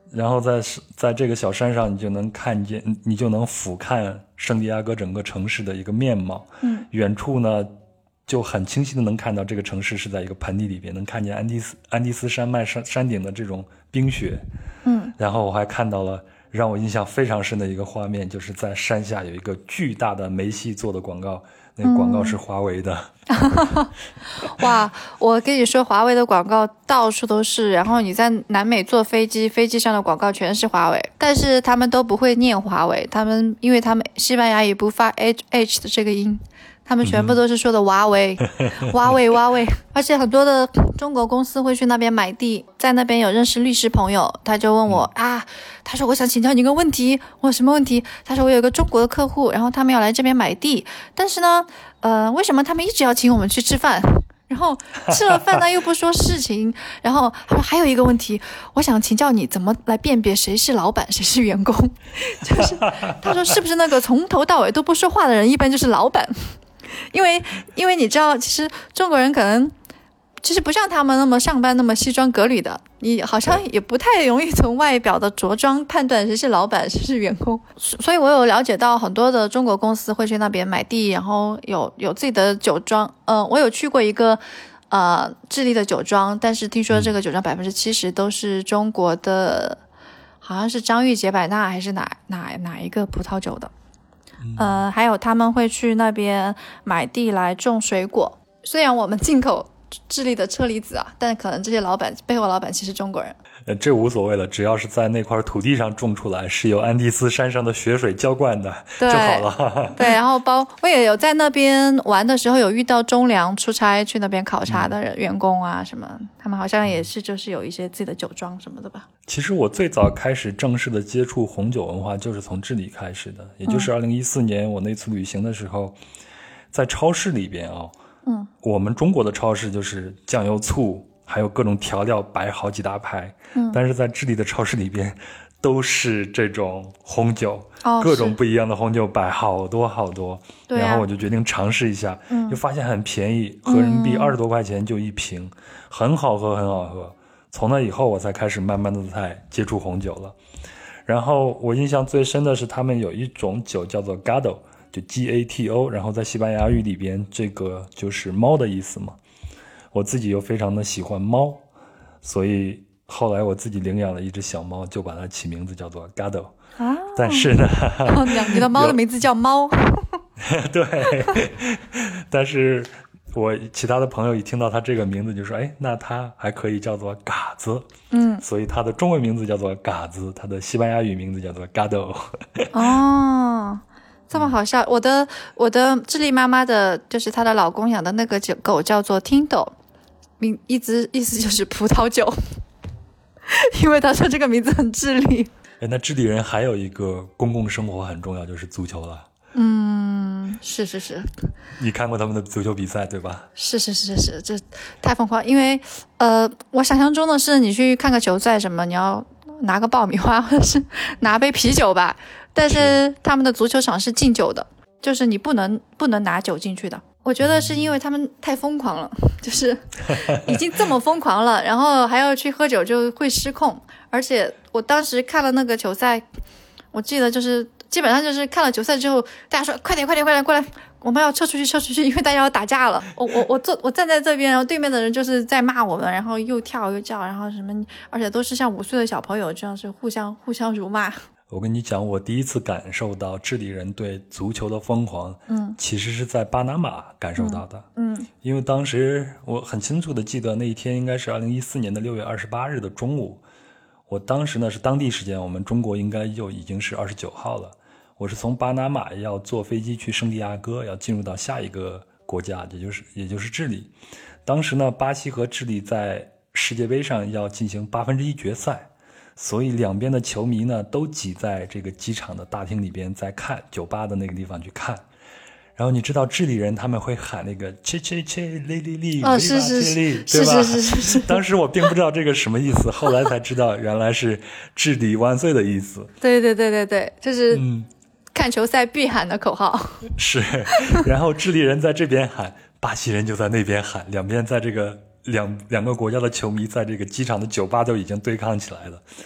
然后在在这个小山上，你就能看见，你就能俯瞰圣地亚哥整个城市的一个面貌。 嗯， 远处呢就很清晰的能看到这个城市是在一个盆地里边，能看见安第斯安第斯山脉山山顶的这种冰雪。 嗯， 然后我还看到了让我印象非常深的一个画面，就是在山下有一个巨大的梅西做的广告，那个广告是华为的。 嗯、哇，我跟你说，华为的广告到处都是，然后你在南美坐飞机，飞机上的广告全是华为，但是他们都不会念华为，他们因为他们西班牙语不发 h h 的这个音，他们全部都是说的华为，华为，华为。而且很多的中国公司会去那边买地，在那边有认识律师朋友，他就问我、嗯、啊，他说我想请教你一个问题。我说什么问题？他说我有一个中国的客户，然后他们要来这边买地，但是呢，呃，为什么他们一直要请我们去吃饭？然后吃了饭呢又不说事情，然后他说还有一个问题，我想请教你怎么来辨别谁是老板谁是员工。就是他说是不是那个从头到尾都不说话的人一般就是老板？因为因为你知道，其实中国人可能其实不像他们那么上班那么西装革履的，你好像也不太容易从外表的着装判断谁是老板谁是员工。所以我有了解到很多的中国公司会去那边买地，然后有有自己的酒庄。呃，我有去过一个呃智利的酒庄，但是听说这个酒庄百分之七十都是中国的，好像是张裕杰百纳还是哪哪哪一个葡萄酒的。呃，还有他们会去那边买地来种水果。虽然我们进口智利的车厘子啊，但可能这些老板背后老板其实中国人。 呃，这无所谓了，只要是在那块土地上种出来，是由安第斯山上的雪水浇灌的就好了。 对，然后包我也有在那边玩的时候有遇到中粮出差去那边考察的员工啊，什么他们好像也是就是有一些自己的酒庄什么的吧。 其实我最早开始正式的接触红酒文化就是从智利开始的，也就是二零一四年我那次旅行的时候，在超市里边啊、哦， 嗯， 我们中国的超市就是酱油醋还有各种调料摆好几大排， 嗯， 但是在智利的超市里边都是这种红酒， 哦， 各种不一样的红酒摆好多好多， 对啊， 然后我就决定尝试一下， 嗯， 就发现很便宜，合人民币二十多块钱就一瓶，嗯，很好喝很好喝。从那以后我才开始慢慢的在接触红酒了。然后我印象最深的是他们有一种酒叫做 Gado， 就 G A T O， 然后在西班牙语里边这个就是猫的意思嘛。我自己又非常的喜欢猫，所以后来我自己领养了一只小猫，就把它起名字叫做 Gado。 啊， 但是呢， 你的猫的名字叫猫。 对，但是我其他的朋友一听到它这个名字就说，哎，那它还可以叫做嘎子。 嗯， 所以它的中文名字叫做嘎子，它的西班牙语名字叫做 Gado。 哦，这么好笑。我的我的智利妈妈的就是她的老公养的那个狗叫做 Tinto， 名意思意思就是葡萄酒。因为他说这个名字很智利。 哎，那智利人还有一个公共生活很重要，就是足球了。 嗯，是是是。 你看过他们的足球比赛对吧？ 是是是是，这太疯狂。因为呃，我想象中的是你去看个球赛什么，你要拿个爆米花或者是拿杯啤酒吧，但是他们的足球场是禁酒的，就是你不能不能拿酒进去的。我觉得是因为他们太疯狂了，就是已经这么疯狂了，然后还要去喝酒就会失控。而且我当时看了那个球赛，我记得就是基本上就是看了球赛之后，大家说快点快点快点过来，我们要撤出去撤出去，因为大家要打架了。我我我坐我站在这边，然后对面的人就是在骂我们，然后又跳又叫，然后什么，而且都是像五岁的小朋友这样是互相互相辱骂。 我跟你讲，我第一次感受到智利人对足球的疯狂， 嗯， 其实是在巴拿马感受到的， 嗯，嗯因为当时我很清楚的记得那一天应该是二零一四年的六月二十八日的中午，我当时呢是当地时间，我们中国应该就已经是二十九号了，我是从巴拿马要坐飞机去圣地亚哥，要进入到下一个国家，也就是也就是智利。当时呢，巴西和智利在世界杯上要进行八分之一决赛。所以两边的球迷呢都挤在这个机场的大厅里边在看，酒吧的那个地方去看。然后你知道智利人他们会喊那个切切切哩哩哩， 哦，是是是， 对吧？ 是是是是。 当时我并不知道这个什么意思，后来才知道原来是智利万岁的意思。 对对对对对，就是嗯， 看球赛必喊的口号。 是，然后智利人在这边喊，巴西人就在那边喊，两边在这个两两个国家的球迷在这个机场的酒吧都已经对抗起来了。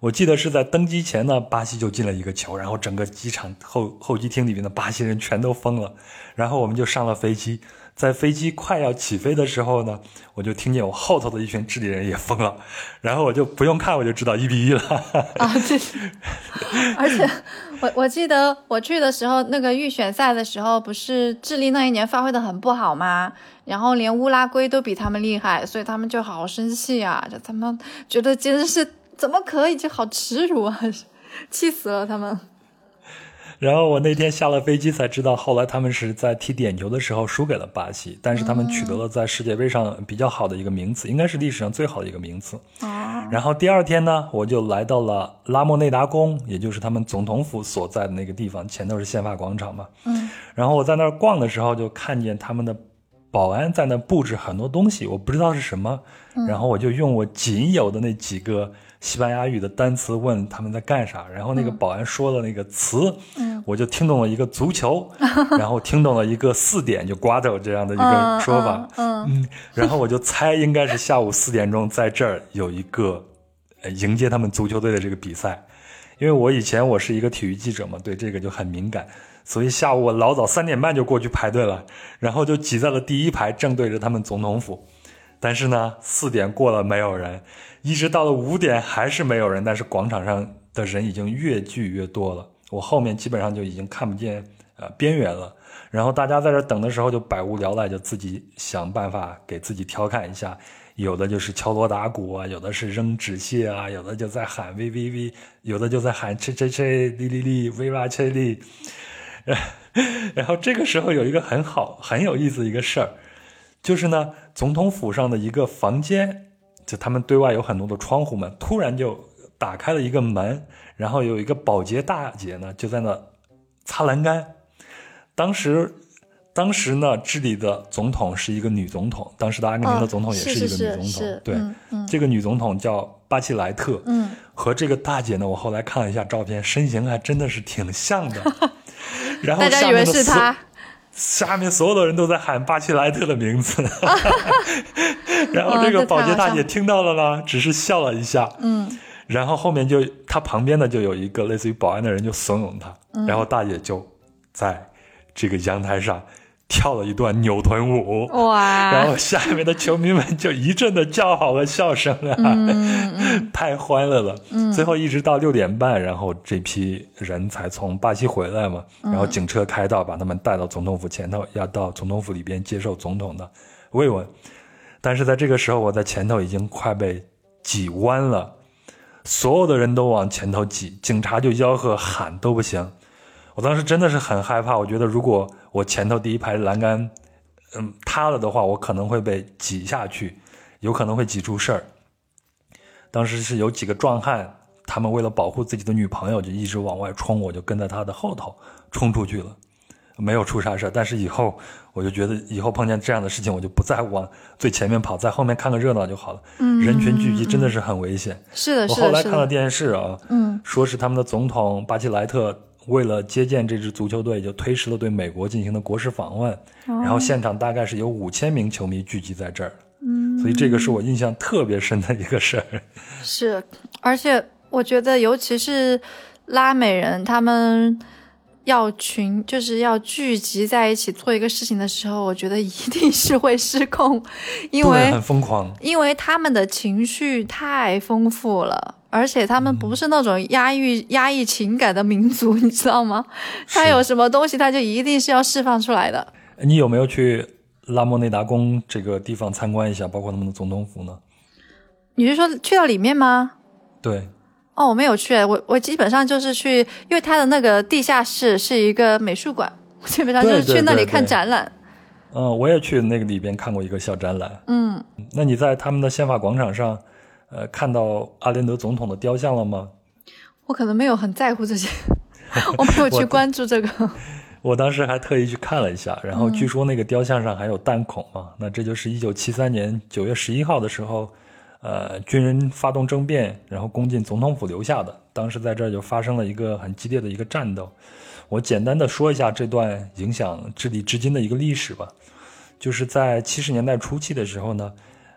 我记得是在登机前呢，巴西就进了一个球，然后整个机场候候机厅里面的巴西人全都疯了，然后我们就上了飞机。在飞机快要起飞的时候呢，我就听见我后头的一群智利人也疯了，然后我就不用看我就知道一比一了。 啊，这而且我我记得我去的时候，那个预选赛的时候，不是智利那一年发挥的很不好吗？然后连乌拉圭都比他们厉害，所以他们就好生气啊，就他们觉得简直是怎么可以，就好耻辱啊，气死了他们。 然后我那天下了飞机才知道，后来他们是在踢点球的时候输给了巴西，但是他们取得了在世界杯上比较好的一个名次，应该是历史上最好的一个名次。然后第二天呢，我就来到了拉莫内达宫，也就是他们总统府所在的那个地方，前头是宪法广场嘛。嗯。然后我在那儿逛的时候，就看见他们的保安在那布置很多东西，我不知道是什么，然后我就用我仅有的那几个西班牙语的单词问他们在干啥，然后那个保安说了那个词，嗯，我就听懂了一个足球，然后听懂了一个四点就瓜斗这样的一个说法，嗯, 嗯, 嗯然后我就猜应该是下午四点钟在这儿有一个、呃、迎接他们足球队的这个比赛，因为我以前我是一个体育记者嘛，对这个就很敏感，所以下午我老早三点半就过去排队了，然后就挤在了第一排，正对着他们总统府。但是呢，四点过了没有人，一直到了五点还是没有人，但是广场上的人已经越聚越多了，我后面基本上就已经看不见呃边缘了。然后大家在这等的时候就百无聊赖，就自己想办法给自己调侃一下，有的就是敲锣打鼓啊，有的是扔纸屑啊，有的就在喊 V V V， 有的就在喊切切切哩哩哩 Viva 切哩。然后这个时候有一个很好很有意思的一个事儿，就是呢，总统府上的一个房间，就他们对外有很多的窗户门，突然就打开了一个门，然后有一个保洁大姐呢就在那擦栏杆。当时当时呢，智利的总统是一个女总统，当时的阿根廷的总统也是一个女总统， 哦、是是是对、 嗯嗯， 这个女总统叫巴切莱特， 嗯， 和这个大姐呢，我后来看了一下照片，身形还真的是挺像的。然后大家以为是她， 下面所有的人都在喊巴切莱特的名字。然后这个保洁大姐听到了呢，只是笑了一下，嗯，然后后面就她旁边的就有一个类似于保安的人就怂恿她、嗯、然后大姐就在这个阳台上跳了一段扭臀舞， 哇！ 然后下面的球迷们就一阵的叫好和笑声啊，嗯嗯、太欢乐了、嗯。最后一直到六点半，然后这批人才从巴西回来嘛，然后警车开道，把他们带到总统府前头，要到总统府里边接受总统的慰问。但是在这个时候，我在前头已经快被挤弯了，所有的人都往前头挤，警察就吆喝喊都不行。我当时真的是很害怕，我觉得如果我前头第一排栏杆嗯塌了的话，我可能会被挤下去，有可能会挤出事儿。当时是有几个壮汉，他们为了保护自己的女朋友就一直往外冲，我就跟在他的后头冲出去了，没有出啥事。但是以后我就觉得以后碰见这样的事情，我就不再往最前面跑，在后面看个热闹就好了。嗯，人群聚集真的是很危险。 是的， 我后来看了电视啊，嗯，说是他们的总统巴切莱特为了接见这支足球队，就推迟了对美国进行的国事访问、哦、然后现场大概是有五千名球迷聚集在这儿，嗯，所以这个是我印象特别深的一个事儿。 是，而且我觉得尤其是拉美人，他们要群就是要聚集在一起做一个事情的时候，我觉得一定是会失控，因为很疯狂， 因为他们的情绪太丰富了，而且他们不是那种压抑、嗯、压抑情感的民族，你知道吗？他有什么东西他就一定是要释放出来的。 你有没有去拉莫内达宫这个地方参观一下，包括他们的总统府呢？ 你是说去到里面吗？ 对。 哦，我没有去，我我基本上就是去，因为它的那个地下室是一个美术馆，我基本上就是去那里看展览。 嗯，我也去那个里边看过一个小展览。 嗯， 那你在他们的宪法广场上呃，看到阿连德总统的雕像了吗？ 我可能没有很在乎这些，我没有去关注这个。 我, 我当时还特意去看了一下，然后据说那个雕像上还有弹孔嘛、嗯、那这就是一九七三年九月十一号的时候呃，军人发动政变，然后攻进总统府留下的。当时在这儿就发生了一个很激烈的一个战斗。我简单的说一下这段影响智利至今的一个历史吧。就是在七十年代初期的时候呢，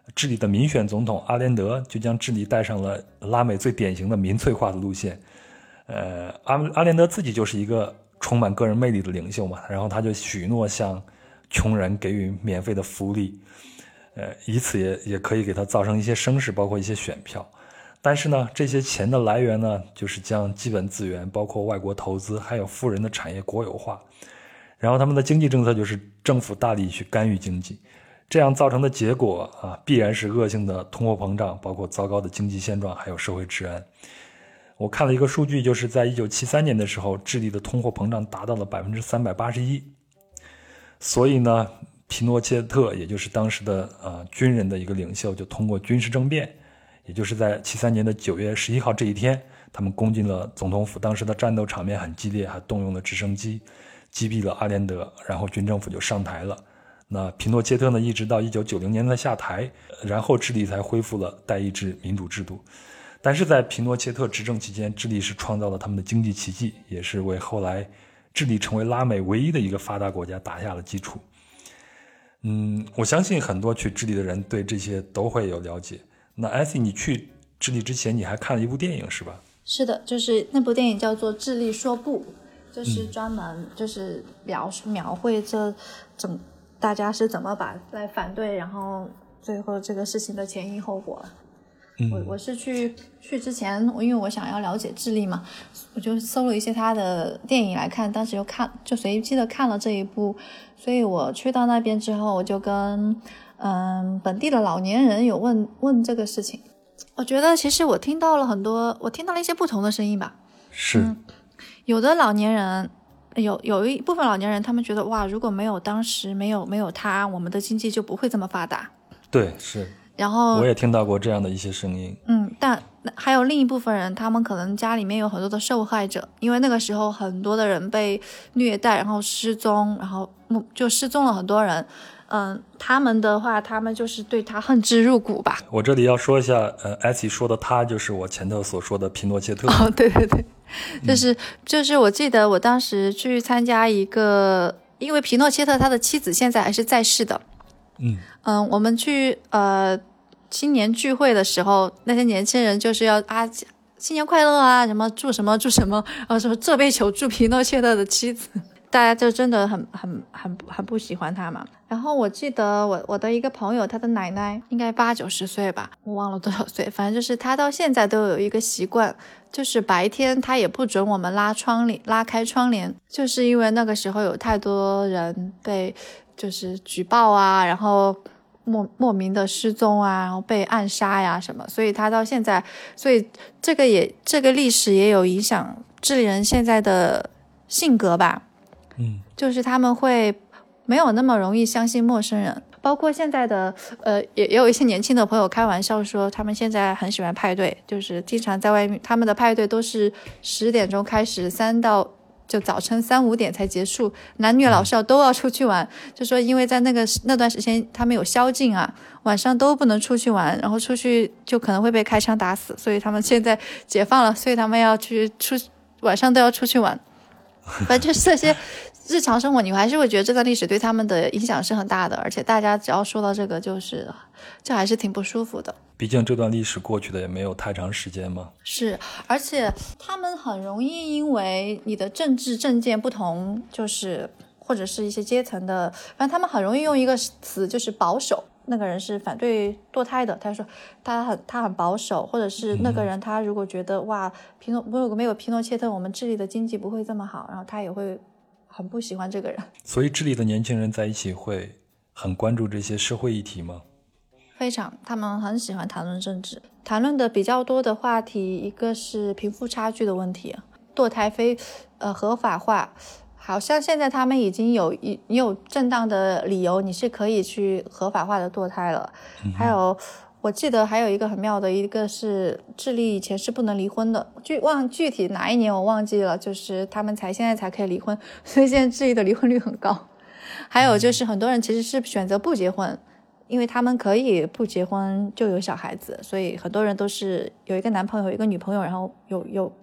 智利的民选总统阿连德就将智利带上了拉美最典型的民粹化的路线。呃，阿阿连德自己就是一个充满个人魅力的领袖嘛，然后他就许诺向穷人给予免费的福利，呃，以此也也可以给他造成一些声势，包括一些选票。但是呢，这些钱的来源呢，就是将基本资源，包括外国投资，还有富人的产业国有化。然后他们的经济政策就是政府大力去干预经济，这样造成的结果啊，必然是恶性的通货膨胀，包括糟糕的经济现状，还有社会治安。我看了一个数据，就是在一九七三年的时候，智利的通货膨胀达到了百分之三百八十一。所以呢，皮诺切特也就是当时的呃军人的一个领袖，就通过军事政变，也就是在七三年的九月十一号这一天，他们攻进了总统府，当时的战斗场面很激烈，还动用了直升机击毙了阿连德，然后军政府就上台了。那皮诺切特呢，一直到一九九零年才下台，然后智利才恢复了代议制民主制度。但是在皮诺切特执政期间，智利是创造了他们的经济奇迹，也是为后来智利成为拉美唯一的一个发达国家打下了基础。嗯，我相信很多去智利的人对这些都会有了解。那艾希，你去智利之前你还看了一部电影是吧？ 是的，就是那部电影叫做《智利说不》，就是专门就是描述、嗯、描绘这整大家是怎么把来反对，然后最后这个事情的前因后果。嗯、我我是去去之前，因为我想要了解智利嘛，我就搜了一些他的电影来看，当时又看就随机的看了这一部，所以我去到那边之后，我就跟嗯本地的老年人有问问这个事情。我觉得其实我听到了很多，我听到了一些不同的声音吧。 是， 嗯、有的老年人。有有一部分老年人，他们觉得哇，如果没有当时没有没有他，我们的经济就不会这么发达。 对，是。 然后我也听到过这样的一些声音。 嗯，但还有另一部分人，他们可能家里面有很多的受害者，因为那个时候很多的人被虐待，然后失踪，然后就失踪了很多人。嗯，他们的话，他们就是对他恨之入骨吧。 我这里要说一下，呃，艾希说的他就是我前头所说的皮诺切特。 哦，对对对，就是、嗯、就是我记得我当时去参加一个，因为皮诺切特他的妻子现在还是在世的。 嗯嗯，我们去呃新年聚会的时候，那些年轻人就是要啊新年快乐啊，什么祝什么祝什么，然后什么这杯酒祝皮诺切特的妻子。大家就真的很很很很不喜欢他嘛。然后我记得我我的一个朋友，他的奶奶应该八九十岁吧，我忘了多少岁，反正就是他到现在都有一个习惯，就是白天他也不准我们拉窗帘拉开窗帘，就是因为那个时候有太多人被就是举报啊，然后莫莫名的失踪啊，然后被暗杀呀什么，所以他到现在，所以这个也这个历史也有影响智利人现在的性格吧。 嗯， 就是他们会没有那么容易相信陌生人，包括现在的呃，也也有一些年轻的朋友开玩笑说，他们现在很喜欢派对，就是经常在外面，他们的派对都是十点钟开始，三到就早晨三五点才结束，男女老少都要出去玩，嗯、就说因为在那个那段时间他们有宵禁啊，晚上都不能出去玩，然后出去就可能会被开枪打死，所以他们现在解放了，所以他们要去出晚上都要出去玩。反正就是这些日常生活，你还是会觉得这段历史对他们的影响是很大的，而且大家只要说到这个，就是这还是挺不舒服的。 毕竟这段历史过去的也没有太长时间嘛。 是，而且他们很容易因为你的政治政见不同，就是或者是一些阶层的，反正他们很容易用一个词，就是保守。那个人是反对堕胎的，他说他很他很保守，或者是那个人他如果觉得、嗯、哇皮诺如果没有皮诺切特，我们智利的经济不会这么好，然后他也会很不喜欢这个人。 所以智利的年轻人在一起会很关注这些社会议题吗？ 非常，他们很喜欢谈论政治，谈论的比较多的话题，一个是贫富差距的问题，堕胎非呃合法化。好像现在他们已经有你有正当的理由，你是可以去合法化的堕胎了。嗯、还有，我记得还有一个很妙的，一个是智利以前是不能离婚的，具忘具体哪一年我忘记了，就是他们才现在才可以离婚，所以现在智利的离婚率很高。还有就是很多人其实是选择不结婚，因为他们可以不结婚就有小孩子，所以很多人都是有一个男朋友有一个女朋友，然后有有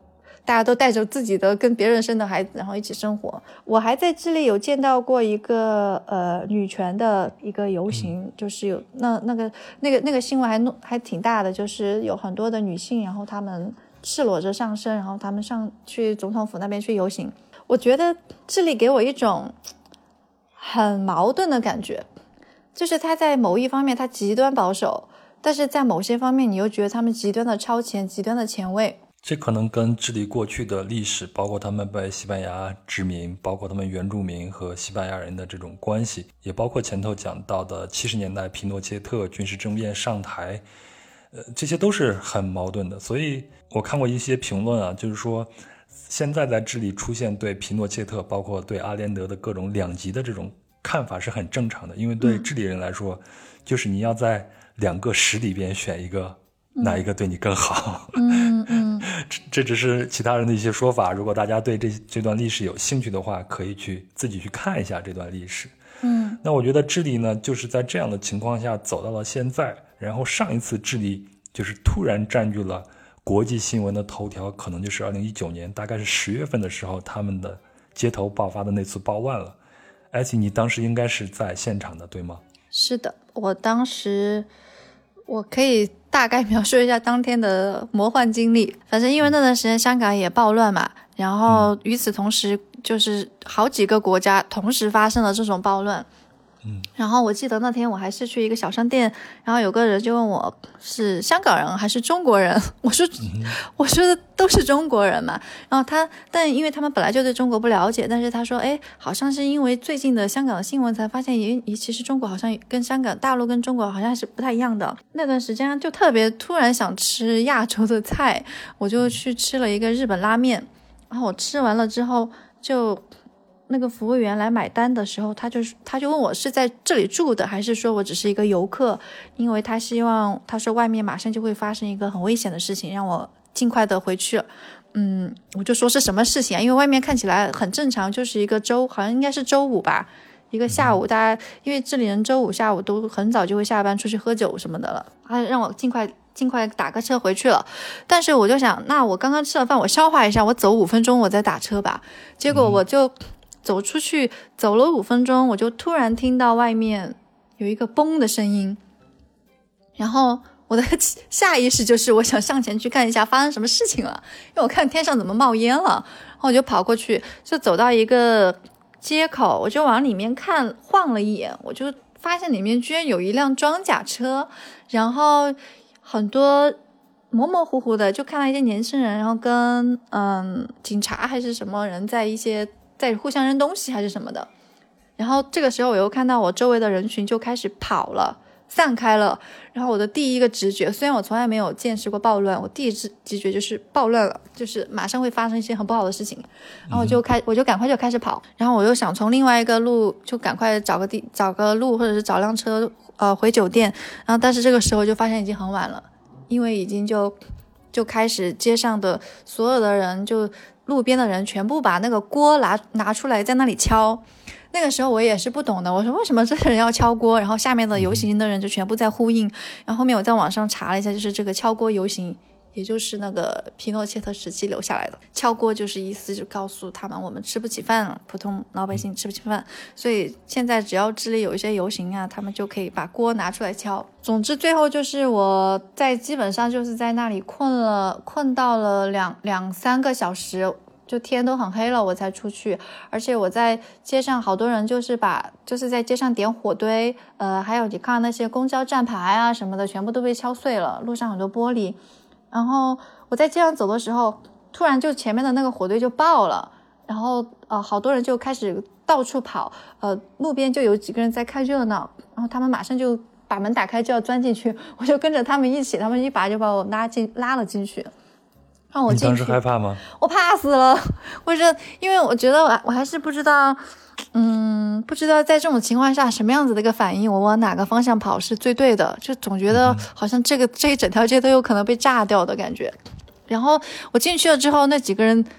大家都带着自己的跟别人生的孩子，然后一起生活。我还在智利有见到过一个呃女权的一个游行，就是有那那个那个那个新闻还弄还挺大的，就是有很多的女性，然后她们赤裸着上身，然后她们上去总统府那边去游行。我觉得智利给我一种很矛盾的感觉，就是他在某一方面他极端保守，但是在某些方面你又觉得他们极端的超前，极端的前卫。 这可能跟智利过去的历史，包括他们被西班牙殖民，包括他们原住民和西班牙人的这种关系，也包括前头讲到的七十年代皮诺切特军事政变上台，呃，这些都是很矛盾的。所以我看过一些评论啊，就是说现在在智利出现对皮诺切特包括对阿连德的各种两极的这种看法是很正常的，因为对智利人来说、嗯、就是你要在两个实里边选一个，哪一个对你更好。 嗯嗯这这只是其他人的一些说法，如果大家对这这段历史有兴趣的话，可以去自己去看一下这段历史。 嗯， 那我觉得智利呢就是在这样的情况下走到了现在，然后上一次智利就是突然占据了国际新闻的头条，可能就是二零一九年大概是十月份的时候，他们的街头爆发的那次暴乱了。艾希，你当时应该是在现场的对吗？ 是的，我当时我可以大概描述一下当天的魔幻经历。反正因为那段时间香港也暴乱嘛，然后与此同时就是好几个国家同时发生了这种暴乱。 嗯，然后我记得那天我还是去一个小商店，然后有个人就问我是香港人还是中国人，我说、嗯、我说的都是中国人嘛。然后他但因为他们本来就对中国不了解，但是他说哎，好像是因为最近的香港的新闻才发现也其实中国好像跟香港大陆跟中国好像是不太一样的。那段时间就特别突然想吃亚洲的菜，我就去吃了一个日本拉面，然后我吃完了之后就那个服务员来买单的时候，他就他就问我是在这里住的还是说我只是一个游客，因为他希望他说外面马上就会发生一个很危险的事情，让我尽快的回去。嗯，我就说是什么事情啊？因为外面看起来很正常，就是一个周好像应该是周五吧，一个下午，大家因为这里人周五下午都很早就会下班出去喝酒什么的了，他让我尽快尽快打个车回去了。但是我就想，那我刚刚吃了饭，我消化一下，我走五分钟我再打车吧。结果我就走出去走了五分钟，我就突然听到外面有一个嘣的声音，然后我的下意识就是我想上前去看一下发生什么事情了，因为我看天上怎么冒烟了，然后我就跑过去，就走到一个街口，我就往里面看，晃了一眼，我就发现里面居然有一辆装甲车，然后很多模模糊糊的就看到一些年轻人，然后跟嗯警察还是什么人在一些在互相扔东西还是什么的。然后这个时候我又看到我周围的人群就开始跑了，散开了。然后我的第一个直觉，虽然我从来没有见识过暴乱，我第一直觉就是暴乱了，就是马上会发生一些很不好的事情。然后我就开我就赶快就开始跑，然后我又想从另外一个路就赶快找个地找个路或者是找辆车呃回酒店。然后但是这个时候就发现已经很晚了，因为已经就就开始街上的所有的人，就路边的人全部把那个锅拿拿出来在那里敲。那个时候我也是不懂的，我说为什么这些人要敲锅，然后下面的游行的人就全部在呼应。然后后面我在网上查了一下，就是这个敲锅游行也就是那个皮诺切特时期留下来的。敲锅就是意思就告诉他们我们吃不起饭，普通老百姓吃不起饭，所以现在只要智利有一些游行啊，他们就可以把锅拿出来敲。总之最后就是我在基本上就是在那里困了困到了两两三个小时，就天都很黑了我才出去。而且我在街上好多人就是把就是在街上点火堆，呃，还有你看那些公交站牌啊什么的全部都被敲碎了，路上很多玻璃。然后我在街上走的时候，突然就前面的那个火堆就爆了，然后呃好多人就开始到处跑，呃路边就有几个人在看热闹，然后他们马上就把门打开就要钻进去，我就跟着他们一起，他们一把就把我拉进拉了进去。让我进去。 你当时害怕吗？ 我怕死了，我觉得因为我觉得我我还是不知道嗯，不知道在这种情况下什么样子的一个反应，我往哪个方向跑是最对的，就总觉得好像这个这一整条街都有可能被炸掉的感觉。然后我进去了之后，那几个人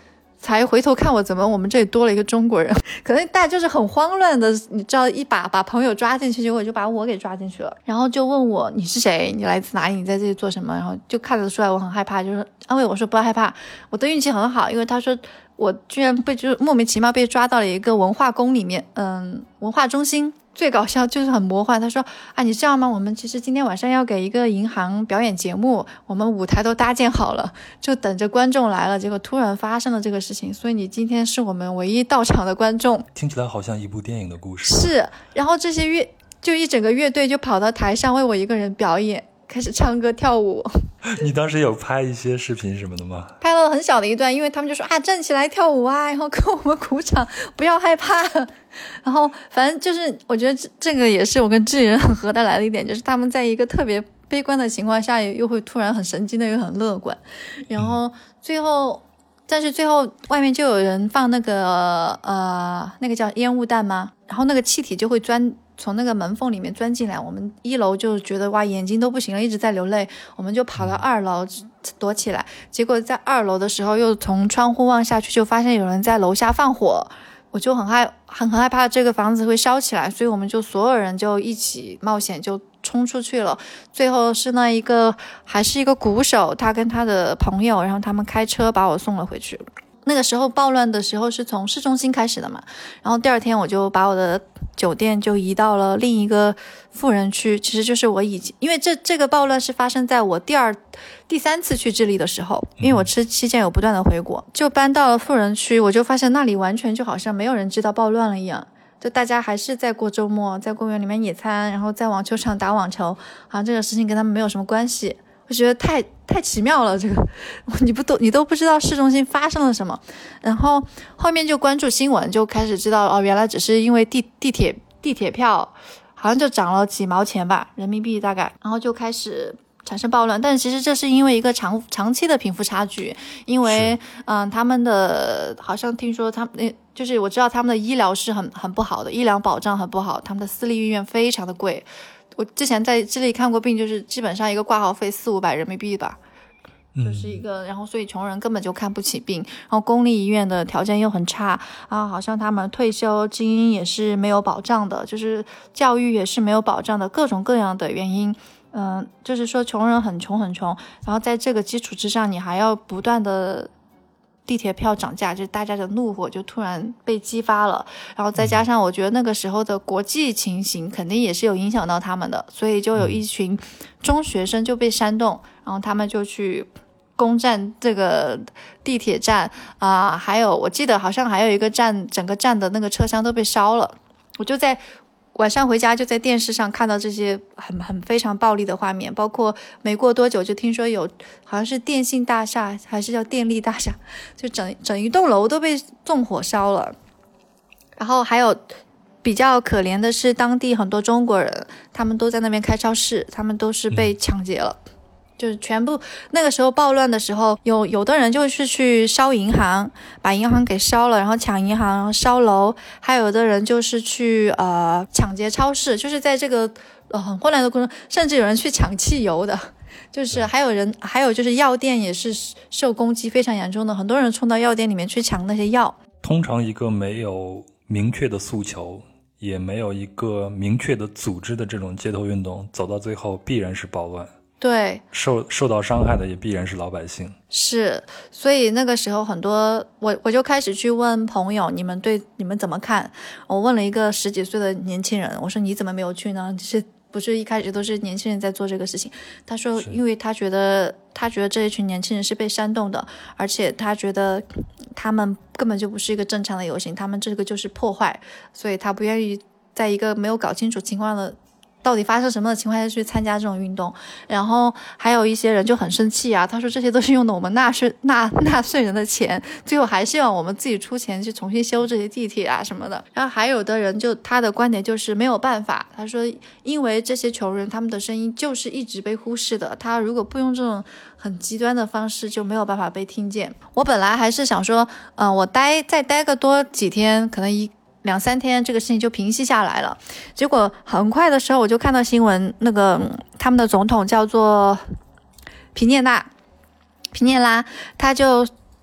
才回头看我，怎么我们这里多了一个中国人？可能大家就是很慌乱的，你知道，一把把朋友抓进去，结果就把我给抓进去了。然后就问我你是谁，你来自哪里，你在这里做什么？然后就看得出来我很害怕，就是安慰我说不要害怕。我的运气很好，因为他说我居然被就是莫名其妙被抓到了一个文化宫里面，嗯，文化中心。最搞笑就是很魔幻，他说啊，你知道吗？我们其实今天晚上要给一个银行表演节目，我们舞台都搭建好了，就等着观众来了。结果突然发生了这个事情，所以你今天是我们唯一到场的观众。 听起来好像一部电影的故事。 是，然后这些乐就一整个乐队就跑到台上为我一个人表演，开始唱歌跳舞。 你当时有拍一些视频什么的吗？ 拍了很小的一段，因为他们就说啊，站起来跳舞啊，然后跟我们鼓掌，不要害怕。然后反正就是我觉得这这个也是我跟智人很合得来的一点，就是他们在一个特别悲观的情况下又会突然很神经的又很乐观。然后最后但是最后外面就有人放那个呃那个叫烟雾弹吗，然后那个气体就会钻从那个门缝里面钻进来，我们一楼就觉得哇眼睛都不行了，一直在流泪，我们就跑到二楼躲起来。结果在二楼的时候又从窗户望下去，就发现有人在楼下放火，我就很害很很害怕这个房子会烧起来，所以我们就所有人就一起冒险就冲出去了。最后是那一个还是一个鼓手，他跟他的朋友，然后他们开车把我送了回去。那个时候暴乱的时候是从市中心开始的嘛，然后第二天我就把我的酒店就移到了另一个富人区，其实就是我已经因为这这个暴乱是发生在我第二第三次去智利的时候，因为我吃期间有不断的回国，就搬到了富人区，我就发现那里完全就好像没有人知道暴乱了一样，就大家还是在过周末，在公园里面野餐，然后在网球场打网球，好像这个事情跟他们没有什么关系。我觉得太太奇妙了，这个你不都你都不知道市中心发生了什么，然后后面就关注新闻，就开始知道哦，原来只是因为地地铁地铁票好像就涨了几毛钱吧，人民币大概，然后就开始产生暴乱。但是其实这是因为一个长长期的贫富差距，因为嗯、呃，他们的好像听说他们就是我知道他们的医疗是很很不好的，医疗保障很不好，他们的私立医院非常的贵。我之前在智利看过病，就是基本上一个挂号费四五百人民币吧，就是一个，然后所以穷人根本就看不起病，然后公立医院的条件又很差啊，好像他们退休精英也是没有保障的，就是教育也是没有保障的，各种各样的原因，嗯、呃，就是说穷人很穷很穷，然后在这个基础之上，你还要不断的地铁票涨价，就大家的怒火就突然被激发了，然后再加上我觉得那个时候的国际情形肯定也是有影响到他们的，所以就有一群中学生就被煽动，然后他们就去攻占这个地铁站啊、呃，还有我记得好像还有一个站，整个站的那个车厢都被烧了。我就在晚上回家就在电视上看到这些很很非常暴力的画面，包括没过多久就听说有好像是电信大厦还是叫电力大厦，就整整一栋楼都被纵火烧了。然后还有比较可怜的是当地很多中国人，他们都在那边开超市，他们都是被抢劫了。嗯，就是全部那个时候暴乱的时候，有有的人就是去烧银行，把银行给烧了，然后抢银行，然后烧楼，还有的人就是去呃抢劫超市，就是在这个呃很混乱的过程中，甚至有人去抢汽油的，就是还有人还有就是药店也是受攻击非常严重的，很多人冲到药店里面去抢那些药。 通常一个没有明确的诉求，也没有一个明确的组织的这种街头运动，走到最后必然是暴乱。 对， 受受到伤害的也必然是老百姓。 是，所以那个时候很多我我就开始去问朋友，你们对你们怎么看？我问了一个十几岁的年轻人，我说你怎么没有去呢？是不是一开始都是年轻人在做这个事情？他说，因为他觉得他觉得这一群年轻人是被煽动的，而且他觉得他们根本就不是一个正常的游行，他们这个就是破坏，所以他不愿意在一个没有搞清楚情况的到底发生什么的情况下去参加这种运动。然后还有一些人就很生气啊，他说这些都是用的我们纳税纳纳税人的钱，最后还是要我们自己出钱去重新修这些地铁啊什么的。然后还有的人就他的观点就是没有办法，他说因为这些穷人他们的声音就是一直被忽视的，他如果不用这种很极端的方式就没有办法被听见。我本来还是想说嗯、呃，我待再待个多几天，可能一两三天这个事情就平息下来了。结果很快的时候我就看到新闻，那个他们的总统叫做皮涅纳皮涅拉，他就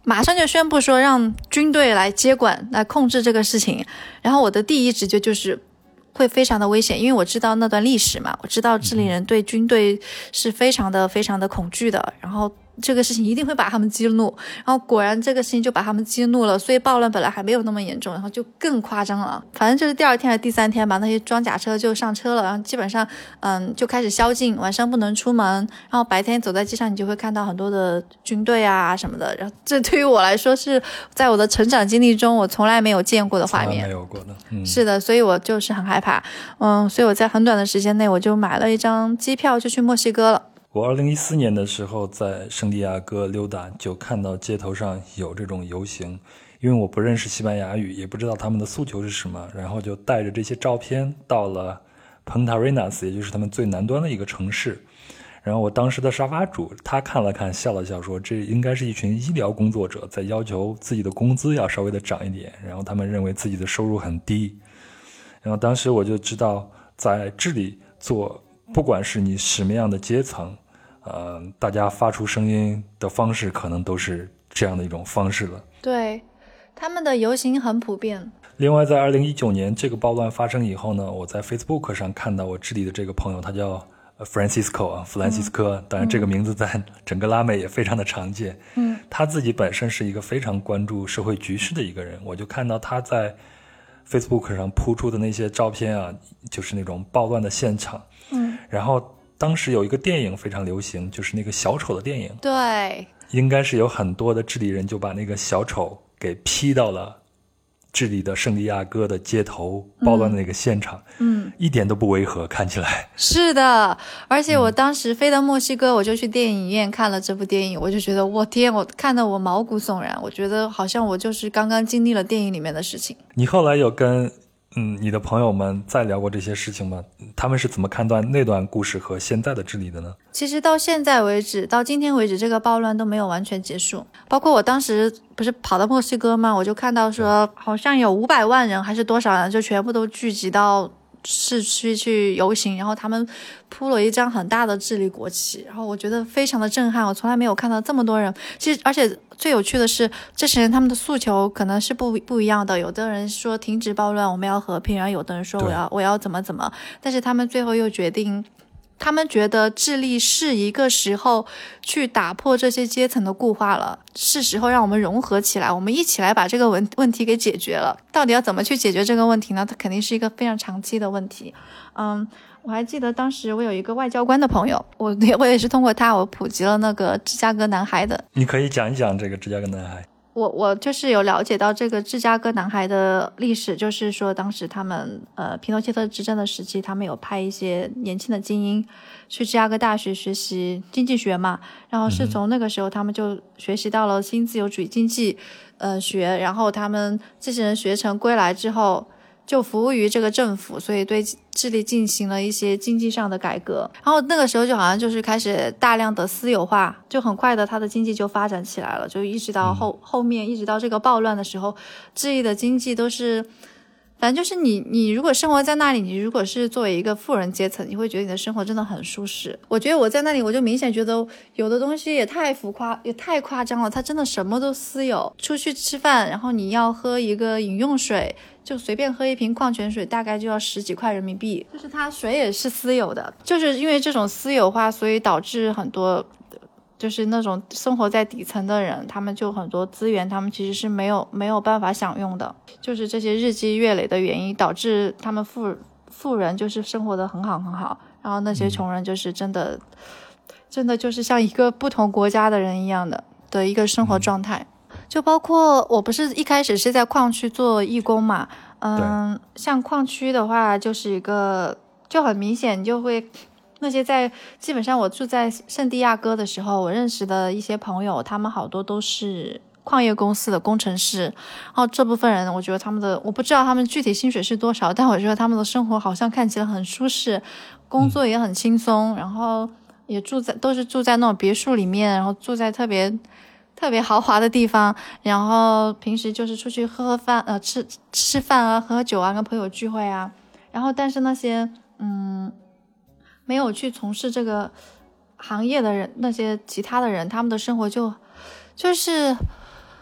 马上就宣布说让军队来接管来控制这个事情，然后我的第一直觉就是会非常的危险，因为我知道那段历史嘛，我知道智利人对军队是非常的非常的恐惧的，然后这个事情一定会把他们激怒，然后果然这个事情就把他们激怒了，所以暴乱本来还没有那么严重，然后就更夸张了。反正就是第二天还是第三天吧，那些装甲车就上车了，然后基本上嗯就开始宵禁，晚上不能出门，然后白天走在街上你就会看到很多的军队啊什么的，然后这对于我来说是在我的成长经历中我从来没有见过的画面， 从来没有过的、嗯、 是的，所以我就是很害怕，嗯，所以我在很短的时间内我就买了一张机票就去墨西哥了。 我二零一四年的时候在圣地亚哥溜达，就看到街头上有这种游行，因为我不认识西班牙语，也不知道他们的诉求是什么，然后就带着这些照片到了 Punta Arenas， 也就是他们最南端的一个城市。然后我当时的沙发主他看了看笑了笑说，这应该是一群医疗工作者在要求自己的工资要稍微的涨一点，然后他们认为自己的收入很低。然后当时我就知道在智利做不管是你什么样的阶层，呃，大家发出声音的方式可能都是这样的一种方式了。 对，他们的游行很普遍。 另外在二零一九年这个暴乱发生以后呢，我在 Facebook 上看到我智利的这个朋友，他叫 Francisco 啊，弗兰西斯科、嗯、当然这个名字在整个拉美也非常的常见。嗯，他自己本身是一个非常关注社会局势的一个人，我就看到他在 Facebook 上铺出的那些照片啊，就是那种暴乱的现场。嗯，然后当时有一个电影非常流行，就是那个小丑的电影。 对， 应该是有很多的智利人就把那个小丑给 P 到了智利的圣地亚哥的街头暴乱的那个现场。嗯，一点都不违和，看起来。 是的，而且我当时飞到墨西哥，我就去电影院看了这部电影，我就觉得我天，我看得我毛骨悚然，我觉得好像我就是刚刚经历了电影里面的事情。 你后来有跟嗯，你的朋友们再聊过这些事情吗？他们是怎么看待那段故事和现在的智利的呢？ 其实到现在为止，到今天为止，这个暴乱都没有完全结束。包括我当时不是跑到墨西哥吗？我就看到说，好像有五百万人还是多少人，就全部都聚集到市区去游行，然后他们铺了一张很大的智利国旗，然后我觉得非常的震撼，我从来没有看到这么多人。其实而且最有趣的是，这些人他们的诉求可能是不不一样的，有的人说停止暴乱，我们要和平，然后有的人说我要我要怎么怎么，但是他们最后又决定，他们觉得智利是一个时候去打破这些阶层的固化了，是时候让我们融合起来，我们一起来把这个问问题给解决了。到底要怎么去解决这个问题呢？它肯定是一个非常长期的问题。嗯，我还记得当时我有一个外交官的朋友，我我也是通过他我普及了那个芝加哥男孩的。 你可以讲一讲这个芝加哥男孩。 我我就是有了解到这个芝加哥男孩的历史，就是说当时他们呃皮诺切特执政的时期，他们有派一些年轻的精英去芝加哥大学学习经济学嘛，然后是从那个时候他们就学习到了新自由主义经济呃学，然后他们这些人学成归来之后就服务于这个政府，所以对智利进行了一些经济上的改革，然后那个时候就好像就是开始大量的私有化，就很快的它的经济就发展起来了，就一直到后、嗯、后面一直到这个暴乱的时候，智利的经济都是反正就是你你如果生活在那里，你如果是作为一个富人阶层，你会觉得你的生活真的很舒适。我觉得我在那里我就明显觉得有的东西也太浮夸也太夸张了，它真的什么都私有，出去吃饭然后你要喝一个饮用水，就随便喝一瓶矿泉水大概就要十几块人民币，就是它水也是私有的，就是因为这种私有化，所以导致很多就是那种生活在底层的人，他们就很多资源他们其实是没有没有办法享用的，就是这些日积月累的原因导致他们富富人就是生活的很好很好，然后那些穷人就是真的、嗯、真的就是像一个不同国家的人一样的的一个生活状态、嗯、就包括我不是一开始是在矿区做义工嘛，嗯，像矿区的话就是一个就很明显就会那些在基本上我住在圣地亚哥的时候，我认识的一些朋友，他们好多都是矿业公司的工程师，然后这部分人我觉得他们的我不知道他们具体薪水是多少，但我觉得他们的生活好像看起来很舒适，工作也很轻松、嗯、然后也住在都是住在那种别墅里面，然后住在特别特别豪华的地方，然后平时就是出去喝喝饭呃吃吃饭啊，喝喝酒啊，跟朋友聚会啊，然后但是那些嗯没有去从事这个行业的人，那些其他的人，他们的生活就就是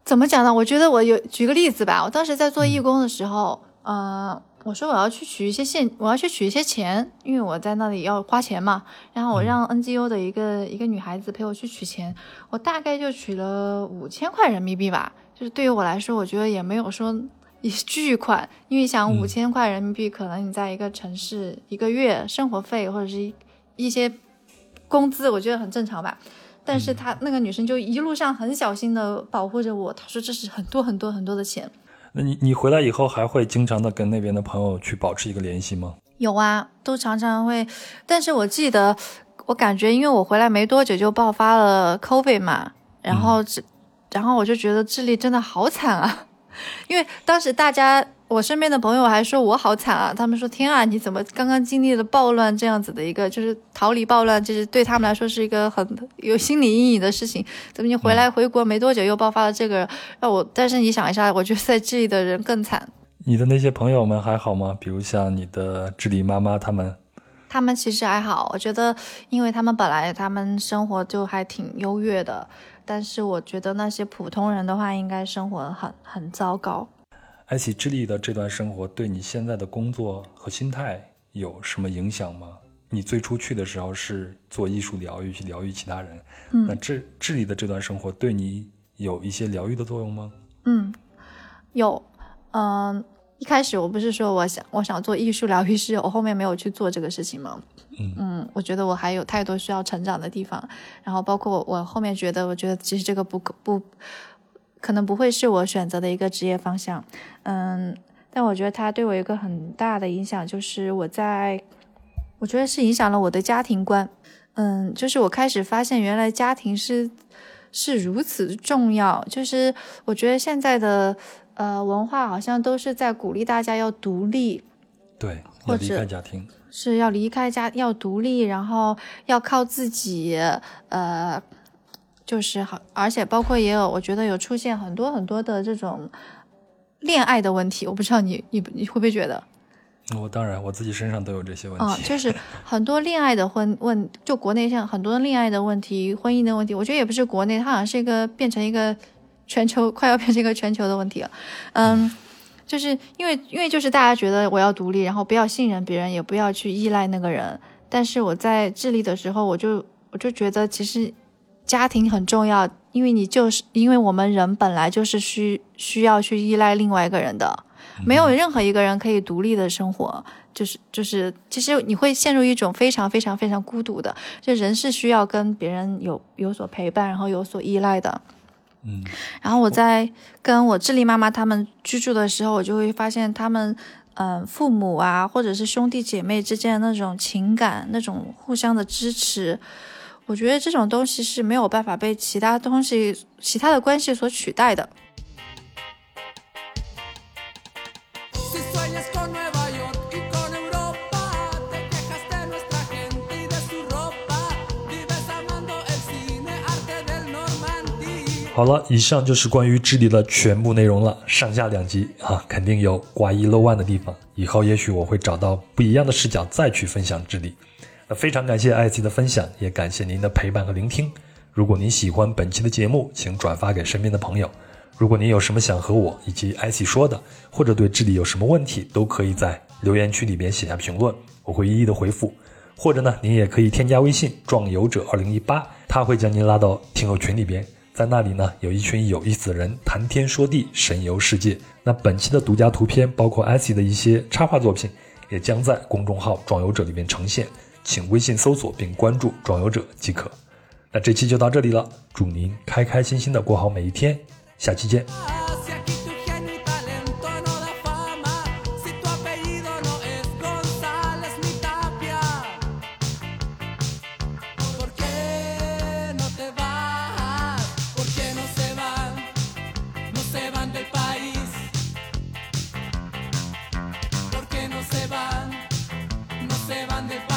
怎么讲呢？我觉得我有举个例子吧，我当时在做义工的时候，呃，我说我要去取一些现，我要去取一些钱，因为我在那里要花钱嘛。然后我让 N G O 的一个、嗯、一个女孩子陪我去取钱，我大概就取了五千块人民币吧。就是对于我来说，我觉得也没有说巨款，因为想五千块人民币，可能你在一个城市一个月生活费或者是一些工资，我觉得很正常吧。但是她那个女生就一路上很小心的保护着我，她说这是很多很多很多的钱。 那你你回来以后还会经常的跟那边的朋友去保持一个联系吗？ 有啊，都常常会。但是我记得我感觉因为我回来没多久就爆发了 COVID 嘛，然后、嗯、然后我就觉得智利真的好惨啊。因为当时大家我身边的朋友还说我好惨啊，他们说天啊，你怎么刚刚经历了暴乱这样子的一个，就是逃离暴乱，就是对他们来说是一个很有心理阴影的事情，怎么你回来回国没多久又爆发了这个，让我但是你想一下，我觉得在智利的人更惨。 你的那些朋友们还好吗？比如像你的智利妈妈他们？ 他们其实还好，我觉得因为他们本来他们生活就还挺优越的，但是我觉得那些普通人的话应该生活很很糟糕。 艾希，智利的这段生活对你现在的工作和心态有什么影响吗？你最初去的时候是做艺术疗愈，去疗愈其他人，嗯，那智智利的这段生活对你有一些疗愈的作用吗？ 嗯，有，嗯、呃，一开始我不是说我想我想做艺术疗愈师，我后面没有去做这个事情吗？嗯嗯，我觉得我还有太多需要成长的地方，然后包括我后面觉得，我觉得其实这个不不。可能不会是我选择的一个职业方向，嗯，但我觉得它对我有一个很大的影响，就是我在，我觉得是影响了我的家庭观，嗯，就是我开始发现原来家庭是是如此重要，就是我觉得现在的呃文化好像都是在鼓励大家要独立， 对，要离开家庭， 是要离开家，要独立，然后要靠自己，呃。就是好，而且包括也有，我觉得有出现很多很多的这种恋爱的问题，我不知道你你你会不会觉得？ 我当然，我自己身上都有这些问题。 啊、嗯，就是很多恋爱的婚问，就国内像很多恋爱的问题、婚姻的问题，我觉得也不是国内，它好像是一个变成一个全球，快要变成一个全球的问题了。嗯，嗯就是因为因为就是大家觉得我要独立，然后不要信任别人，也不要去依赖那个人。但是我在智利的时候，我就我就觉得其实。家庭很重要，因为你就是因为我们人本来就是需需要去依赖另外一个人的，没有任何一个人可以独立的生活，就是就是其实你会陷入一种非常非常非常孤独的，就人是需要跟别人有有所陪伴，然后有所依赖的。 嗯， 然后我在跟我智利妈妈他们居住的时候，我就会发现他们嗯、呃，父母啊或者是兄弟姐妹之间的那种情感，那种互相的支持，我觉得这种东西是没有办法被其他东西、其他的关系所取代的。 好了，以上就是关于智利的全部内容了，上下两集啊，肯定有挂一漏万的地方，以后也许我会找到不一样的视角再去分享智利。非常感谢艾希的分享，也感谢您的陪伴和聆听。如果您喜欢本期的节目，请转发给身边的朋友。如果您有什么想和我以及艾希说的，或者对智利有什么问题，都可以在留言区里边写下评论，我会一一的回复。或者呢，您也可以添加微信壮游者二零一八，他会将您拉到听友群里边，在那里呢有一群有意思的人谈天说地，神游世界。那本期的独家图片包括艾希的一些插画作品，也将在公众号壮游者里面呈现，请微信搜索并关注壮游者即可。那这期就到这里了，祝您开开心心的过好每一天，下期见。 se van del